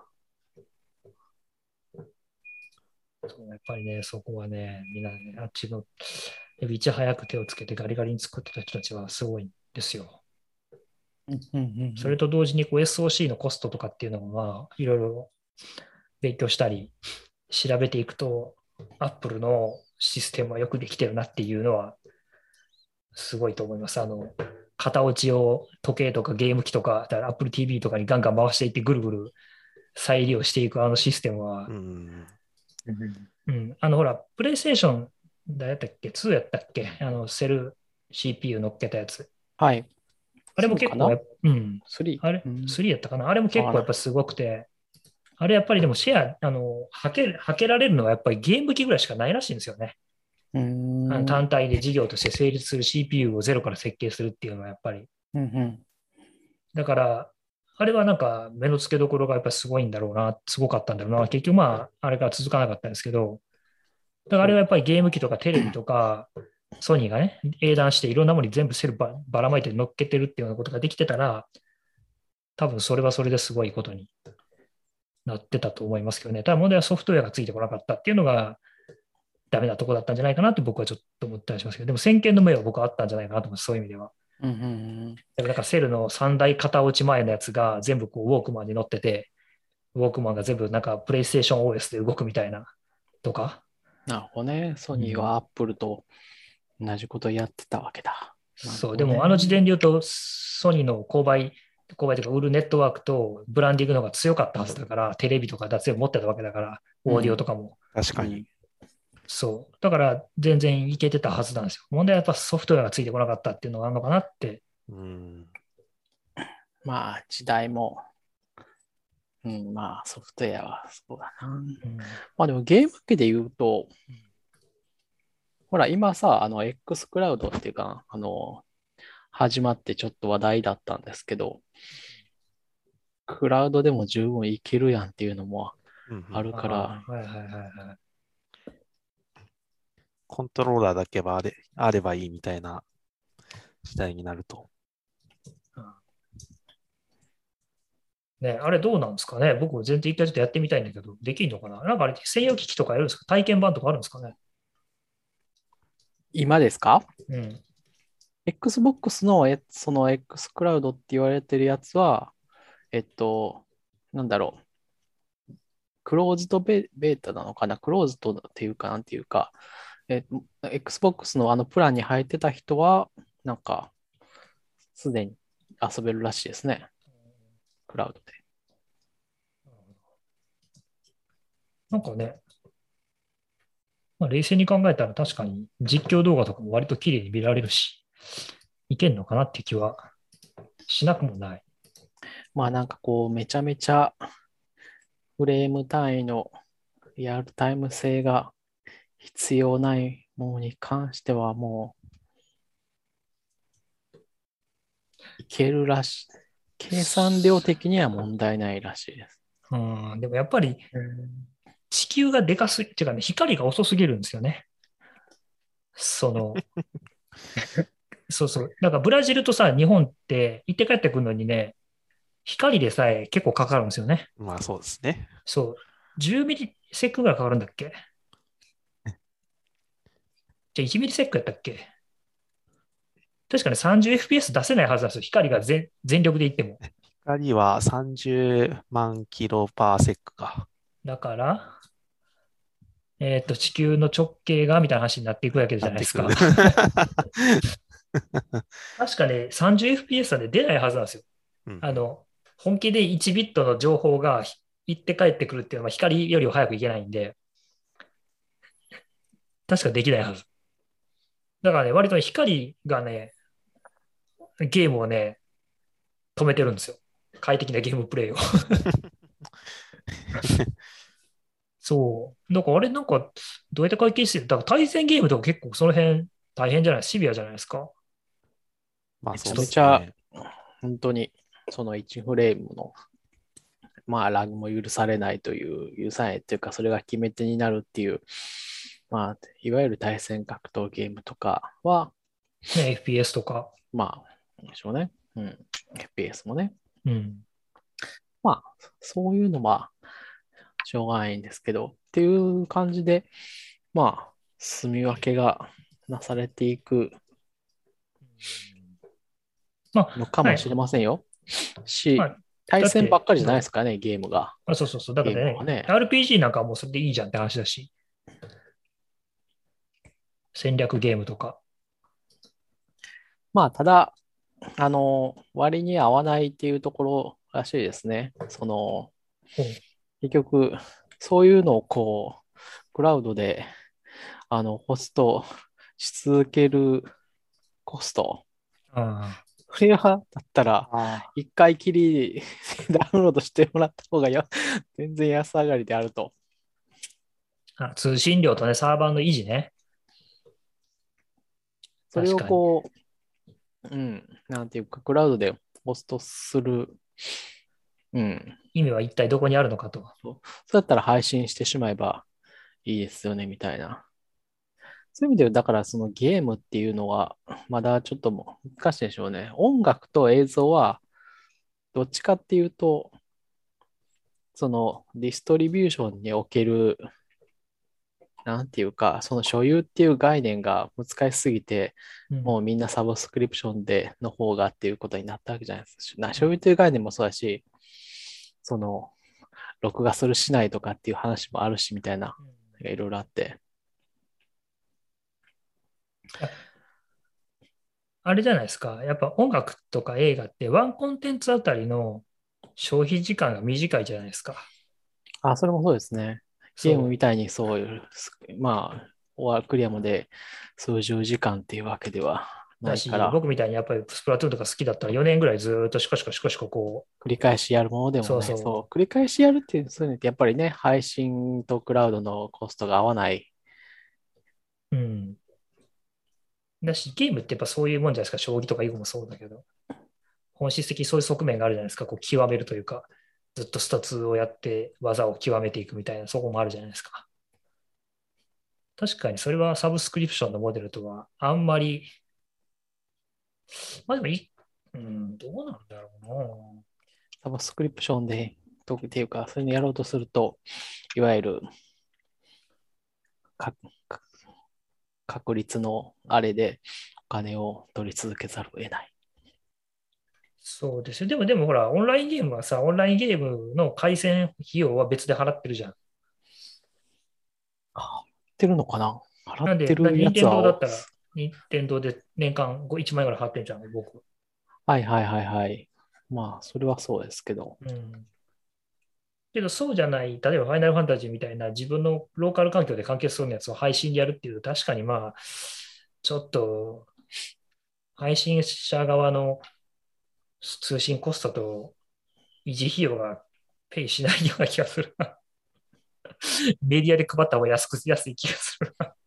やっぱりね、そこはね、みんなね、あっちの、いち早く手をつけてガリガリに作ってた人たちはすごいんですよ。それと同時にSOC のコストとかっていうのも、まあ、いろいろ勉強したり、調べていくと、Apple のシステムはよくできてるなっていうのは、すごいと思います。型落ちを時計とかゲーム機とか、Apple TV とかにガンガン回していってぐるぐる再利用していくシステムは、ほら、プレイステーションだったっけ ?2 やったっけセル CPU 乗っけたやつ。 はい。 あれも結構 3。 あれ、3やったかなあれも結構やっぱすごくて、あれやっぱりでもシェア、はけられるのはやっぱりゲーム機ぐらいしかないらしいんですよね。 単体で事業として成立する CPU をゼロから設計するっていうのはやっぱり。だから、あれはなんか目の付けどころがやっぱりすごいんだろうな、すごかったんだろうな。結局あれから続かなかったんですけど、だからあれはやっぱりゲーム機とかテレビとか、ソニーがね、英断していろんなものに全部セルばらまいて乗っけてるっていうようなことができてたら、多分それはそれですごいことになってたと思いますけどね。ただ問題はソフトウェアがついてこなかったっていうのがダメなとこだったんじゃないかなって僕はちょっと思ったりしますけど、でも先見の目は僕はあったんじゃないかなと思います、そういう意味では。だからセルの3台型落ち前のやつが全部こうウォークマンに乗ってて、ウォークマンが全部なんかプレイステーション OS で動くみたいなとか。 なるほどね。ソニーはアップルと同じことやってたわけだ。 そう、でもあの時点で言うと、ソニーの購買というか売るネットワークとブランディングの方が強かったはずだから、テレビとか強く持ってたわけだから、オーディオとかも。 確かに。 そう。だから全然いけてたはずなんですよ。問題はやっぱソフトウェアがついてこなかったっていうのがあるのかなって。 まあ時代も、まあソフトウェアはそうだな。まあでもゲーム機で言うと、ほら今さ、X クラウドっていうか、始まってちょっと話題だったんですけど、クラウドでも十分いけるやんっていうのもあるから、 コントローラーだけはあればいいみたいな時代になると。 ね、あれどうなんですかね。僕全然一回ちょっとやってみたいんだけど、できんのかな。なんかあれ専用機器とかやるんですか。体験版とかあるんですかね。 今ですか？ Xbox のその X クラウドって言われてるやつは、なんだろう。クローズドベータなのかな。クローズドっていうか、なんていうか、Xbox のプランに入ってた人は、なんか、すでに遊べるらしいですね。クラウドで。 なんかね、冷静に考えたら確かに実況動画とかも割と綺麗に見られるし、いけんのかなっていう気はしなくもない。 まあなんかこう、めちゃめちゃフレーム単位のリアルタイム性が必要ないものに関してはもう、いけるらしい。計算量的には問題ないらしいです。 でもやっぱり地球がでかすぎ、っていうかね、光が遅すぎるんですよね。そうそう。なんかブラジルとさ、日本って行って帰ってくるのにね、光でさえ結構かかるんですよね。 まあそうですね。 そう。10ミリセックぐらいかかるんだっけ？じゃあ1ミリセックやったっけ？確かね、30fps 出せないはずなんですよ。光が全力でいっても。 光は30万キロパーセックか。 だから、地球の直径がみたいな話になっていくわけじゃないですか。確かね、30fps はね、出ないはずなんですよ。本気で1ビットの情報が行って帰ってくるっていうのは光よりは早くいけないんで、確かできないはず。だからね、割と光がね、ゲームをね、止めてるんですよ。快適なゲームプレイを。そう。だからあれなんか、どうやって解決してる？だから対戦ゲームとか結構その辺大変じゃない？シビアじゃないですか。 まあそうめちゃめちゃ、本当に、その1フレームの、まあ、ラグも許されないという、許さないというか、それが決め手になるっていう、まあ、いわゆる対戦格闘ゲームとかは、 ね、FPS とか。 まあ、でしょうね。FPS もね。まあ、そういうのは、しょうがないんですけど、っていう感じで、まあ、住み分けがなされていくのかもしれませんよ。対戦ばっかりじゃないですかね、ゲームが。 そう。だからね、RPG なんかはもうそれでいいじゃんって話だし。戦略ゲームとか。 まあ、ただ、割に合わないっていうところらしいですね。結局、そういうのをこう、クラウドで、ホストし続けるコスト。これは、だったら、一回きりダウンロードしてもらった方が全然安上がりであると。 通信料とね、サーバーの維持ね。 それをこう、なんていうか、クラウドでホストする、 意味は一体どこにあるのかと。 そうだったら配信してしまえばいいですよね、みたいな。そういう意味で、だからそのゲームっていうのは、まだちょっともう難しいでしょうね。音楽と映像は、どっちかっていうと、そのディストリビューションにおける、なんていうか、その所有っていう概念が難しすぎて、もうみんなサブスクリプションでの方がっていうことになったわけじゃないですか。所有という概念もそうだし、その、録画するしないとかっていう話もあるし、みたいな、いろいろあって。 あれじゃないですか。やっぱ音楽とか映画ってワンコンテンツあたりの消費時間が短いじゃないですか。 それもそうですね。ゲームみたいにそういう、クリアまで数十時間っていうわけではないから。 僕みたいにやっぱりスプラトゥーンとか好きだったら4年ぐらいずっとシコシコシコシコこう。繰り返しやるものでもね。そう繰り返しやるっていうのってやっぱりね、配信とクラウドのコストが合わない。 だし、ゲームってやっぱそういうもんじゃないですか。将棋とか囲碁もそうだけど。本質的にそういう側面があるじゃないですか。こう極めるというか、ずっとスタツをやって技を極めていくみたいな、そこもあるじゃないですか。確かにそれはサブスクリプションのモデルとはあんまり、でもどうなんだろうな。 サブスクリプションで、っていうか、そういうのやろうとすると、いわゆる、確率のあれでお金を取り続けざるを得ない。 そうですよ。でもほら、オンラインゲームはさ、オンラインゲームの回線費用は別で払ってるじゃん。 払ってるのかな？払ってるなんで、 やつは。 任天堂だったら、任天堂で年間1万円ぐらい払ってんじゃん、僕。 はいはいはいはい。それはそうですけど。 けど、そうじゃない、例えばファイナルファンタジーみたいな自分のローカル環境で完結するやつを配信でやるっていうと、確かにちょっと、配信者側の通信コストと維持費用がペイしないような気がするな。メディアで配った方が安い気がするな。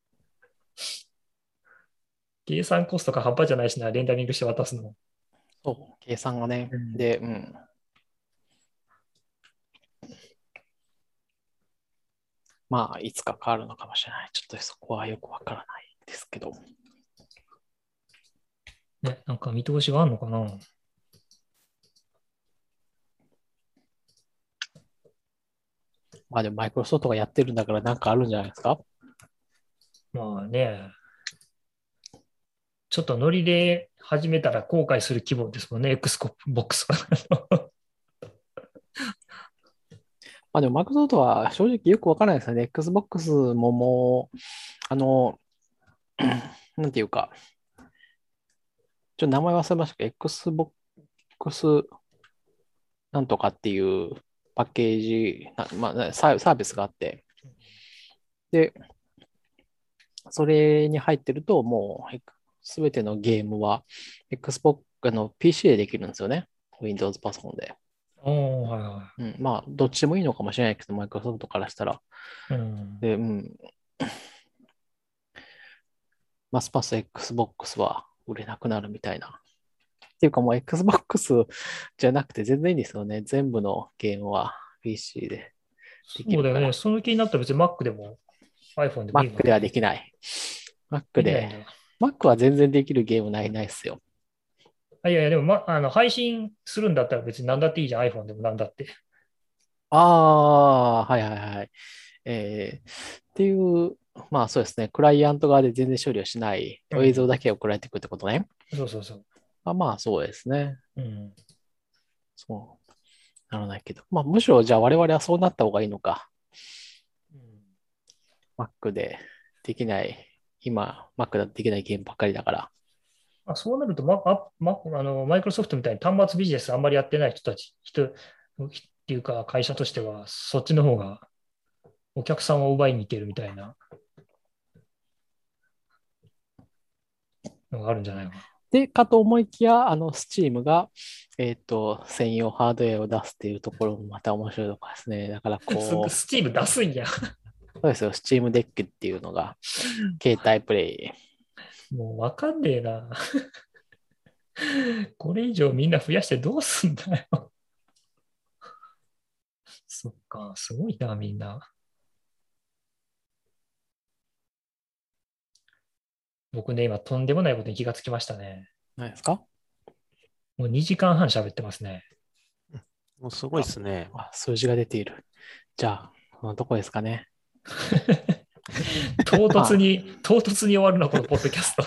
計算コストが半端じゃないしな、レンダリングして渡すの。 そう、計算がね。で、いつか変わるのかもしれない。ちょっとそこはよくわからないですけど。 ね、なんか見通しがあるのかな。 でもマイクロソフトがやってるんだからなんかあるんじゃないですか？ ちょっとノリで始めたら後悔する規模ですもんね、Xbox は。 でもマイクロソフトは正直よくわからないですよね。Xbox ももう、なんていうか、名前忘れましたけど、Xbox なんとかっていうパッケージ、サービスがあって、で、それに入ってると、もう、すべてのゲームは、Xbox、PC でできるんですよね。Windows パソコンで。どっちでもいいのかもしれないけど、マイクロソフトからしたら。で、ますます Xbox は売れなくなるみたいな。っていうかもう Xbox じゃなくて全然いいんですよね。全部のゲームは PC でできるから。 そうだよね。その気になったら別に Mac でも iPhone でもいいの Mac ではできない。Mac は全然できるゲームないっすよ。 いやいや、でも、配信するんだったら別に何だっていいじゃん。iPhone でも何だって。 はいはいはい。っていう、そうですね。クライアント側で全然処理をしない、映像だけ送られてくるってことね。 そうそうそう。 そうですね。そうならないけど。むしろじゃあ我々はそうなった方がいいのか。Mac でできない、今、Mac だとできないゲームばっかりだから。 そうなると、マイクロソフトみたいに端末ビジネスあんまりやってない人っていうか会社としては、そっちの方がお客さんを奪いに行けるみたいなのがあるんじゃないかな。 で、かと思いきや、Steam が、専用ハードウェアを出すっていうところもまた面白いところですね。だから Steam 出すんや。 そうですよ、Steam デックっていうのが、携帯プレイもうわかんねえな。これ以上みんな増やしてどうすんだよ。そっか、すごいな、みんな。僕ね、今とんでもないことに気がつきましたね。 何ですか？ もう2時間半喋ってますね。 もうすごいですね。 数字が出ている。じゃあ、どこですかね。 唐突に終わるな、このポッドキャスト。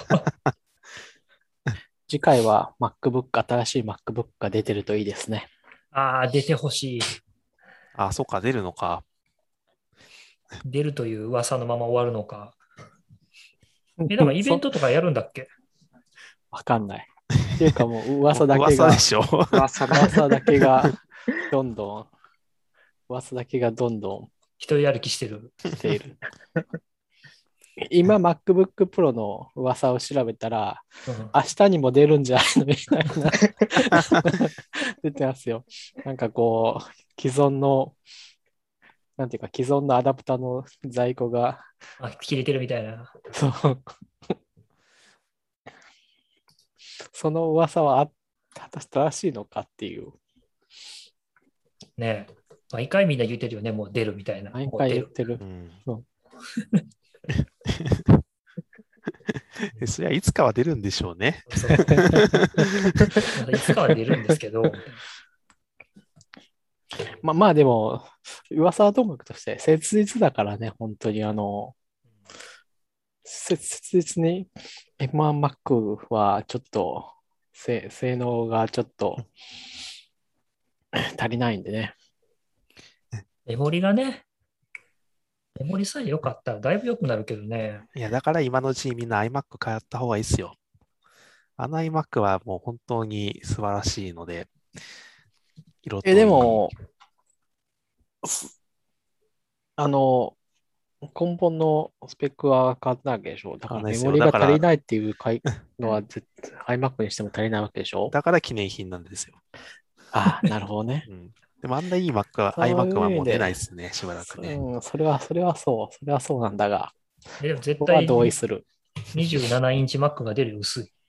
次回は MacBook、新しい MacBook が出てるといいですね。 ああ、出てほしい。 あ、そっか、出るのか。 出るという噂のまま終わるのか。なんかイベントとかやるんだっけ？ わかんない。っていうかもう噂だけが、 噂でしょ。 噂だ。 噂だけがどんどん、噂だけがどんどん一人歩きしてる。 している。今 MacBook Pro の噂を調べたら、 うん明日にも出るんじゃないのみたいな出てますよ。なんかこう、既存の、なんていうか、既存のアダプタの在庫が、 あ、切れてるみたいな。 そうその噂は果たして正しいのかっていう。 ねえ。毎回みんな言ってるよね、もう出るみたいな。 毎回もう出る。 言ってるう。んそうそれはいつかは出るんでしょうね。 そういつかは出るんですけど、 まあでも、噂はともかくとして切実だからね、本当に切実に M1Mac はちょっと性能がちょっと足りないんでね。 メモリがね、メモリさえ良かったらだいぶ良くなるけどね。 いや、だから今のうちにみんな iMac 買った方がいいですよ。あの iMac はもう本当に素晴らしいので、色といいでも、根本のスペックは変わってないわけでしょ。だから変わんないですよメモリがだから足りないっていうのはiMac にしても足りないわけでしょ。 だから記念品なんですよ。 ああ、なるほどね。 でもあんないい Mac は、 そういう意味 iMac はもうで出ないですね、しばらくね。 それはそう。それはそうなんだが、 でも絶僕は対同意する。 27インチ Mac が出るよ薄い。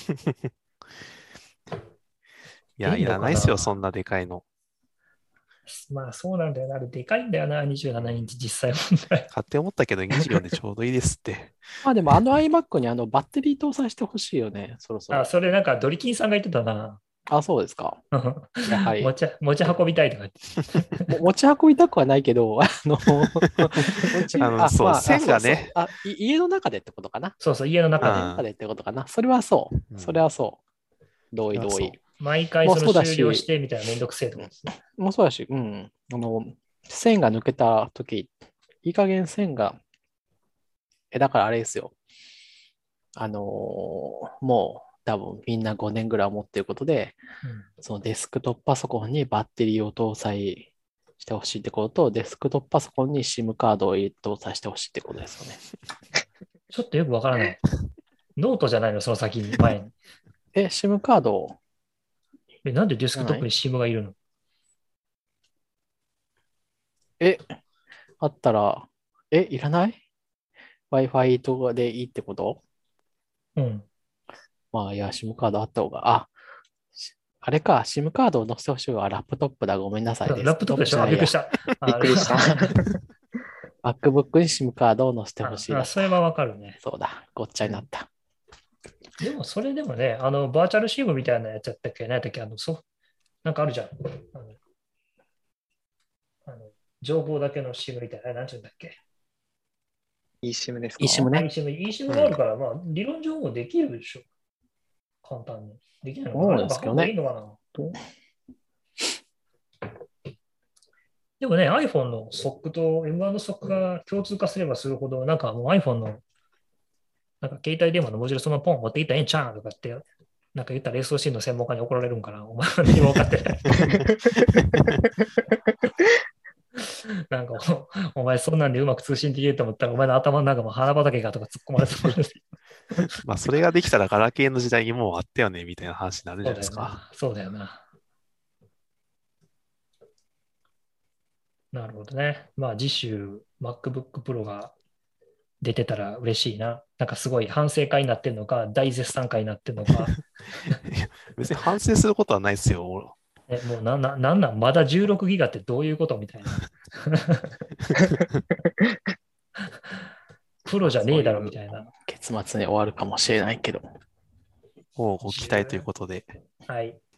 いや、い出んのかならないですよ、そんなでかいの。 まあそうなんだよな。あれでかいんだよな、27インチ実際問題。 買って思ったけど24でちょうどいいですって。 まあでもiMac にバッテリー搭載してほしいよね、そろそろ。 あ、それなんかドリキンさんが言ってたな。 あ、そうですか。やはり。 持ち運びたいとか言って。 持ち運びたくはないけど、 そう、線がね。 家の中でってことかな。 そうそう、家の中で。 家の中でってことかな。それはそう。それはそう。同意。 毎回その終了してみたいなめんどくせえと思うんですね。 もうそうだし、線が抜けたとき、いい加減線が、だからあれですよ。もう多分みんな5年ぐらい思っていることで、そのデスクトップパソコンにバッテリーを搭載してほしいってことと、デスクトップパソコンに SIM カードを搭載してほしいってことですよね。 ちょっとよくわからない。ノートじゃないの、その先に、前に。 SIM カードなんでデスクトップに SIM がいるの？ あったら、いらない？ Wi-Fi とかでいいってこと？ うん。 まあ、いや、SIM カードあった方が、あれか、SIM カードを載せてほしいのはラップトップだ。ごめんなさい。 ラップトップでしょ？びっくりした。 びっくりした。 MacBook に SIM カードを載せてほしいだ。 それはわかるね。 そうだ、ごっちゃになった。 でも、それでもね、バーチャル SIM みたいなやつやったっけ？何やったっけ？なんかあるじゃん。情報だけの SIM みたいな、なんていうんだっけ eSIM ですか？ eSIM ね。 eSIM があるから、まあ、理論上もできるでしょ。簡単に。できないのかな？ そうですけどねいいのかな？でもね、iPhone のソックと M1 のソックが共通化すればするほど、なんかもう iPhone のなんか携帯電話のモジュールそのままポン持っていったらええんちゃうんとかって、なんか言ったら SOC の専門家に怒られるんかな。お前は何も分かってない。なんかお前そんなんでうまく通信できると思ったら、お前の頭の中も花畑かとか突っ込まれそうです。 まあ、それができたらガラケーの時代にもうあったよね、みたいな話になるじゃないですか。 そうだよな。なるほどね。まあ、次週 MacBook Pro が出てたら嬉しいな。なんかすごい反省会になってんのか、大絶賛会になってんのか。 別に反省することはないですよ。 もうなんまだ16ギガってどういうことみたいな。プロじゃねえだろみたいな。 結末に終わるかもしれないけど。 ご期待ということで。 はい。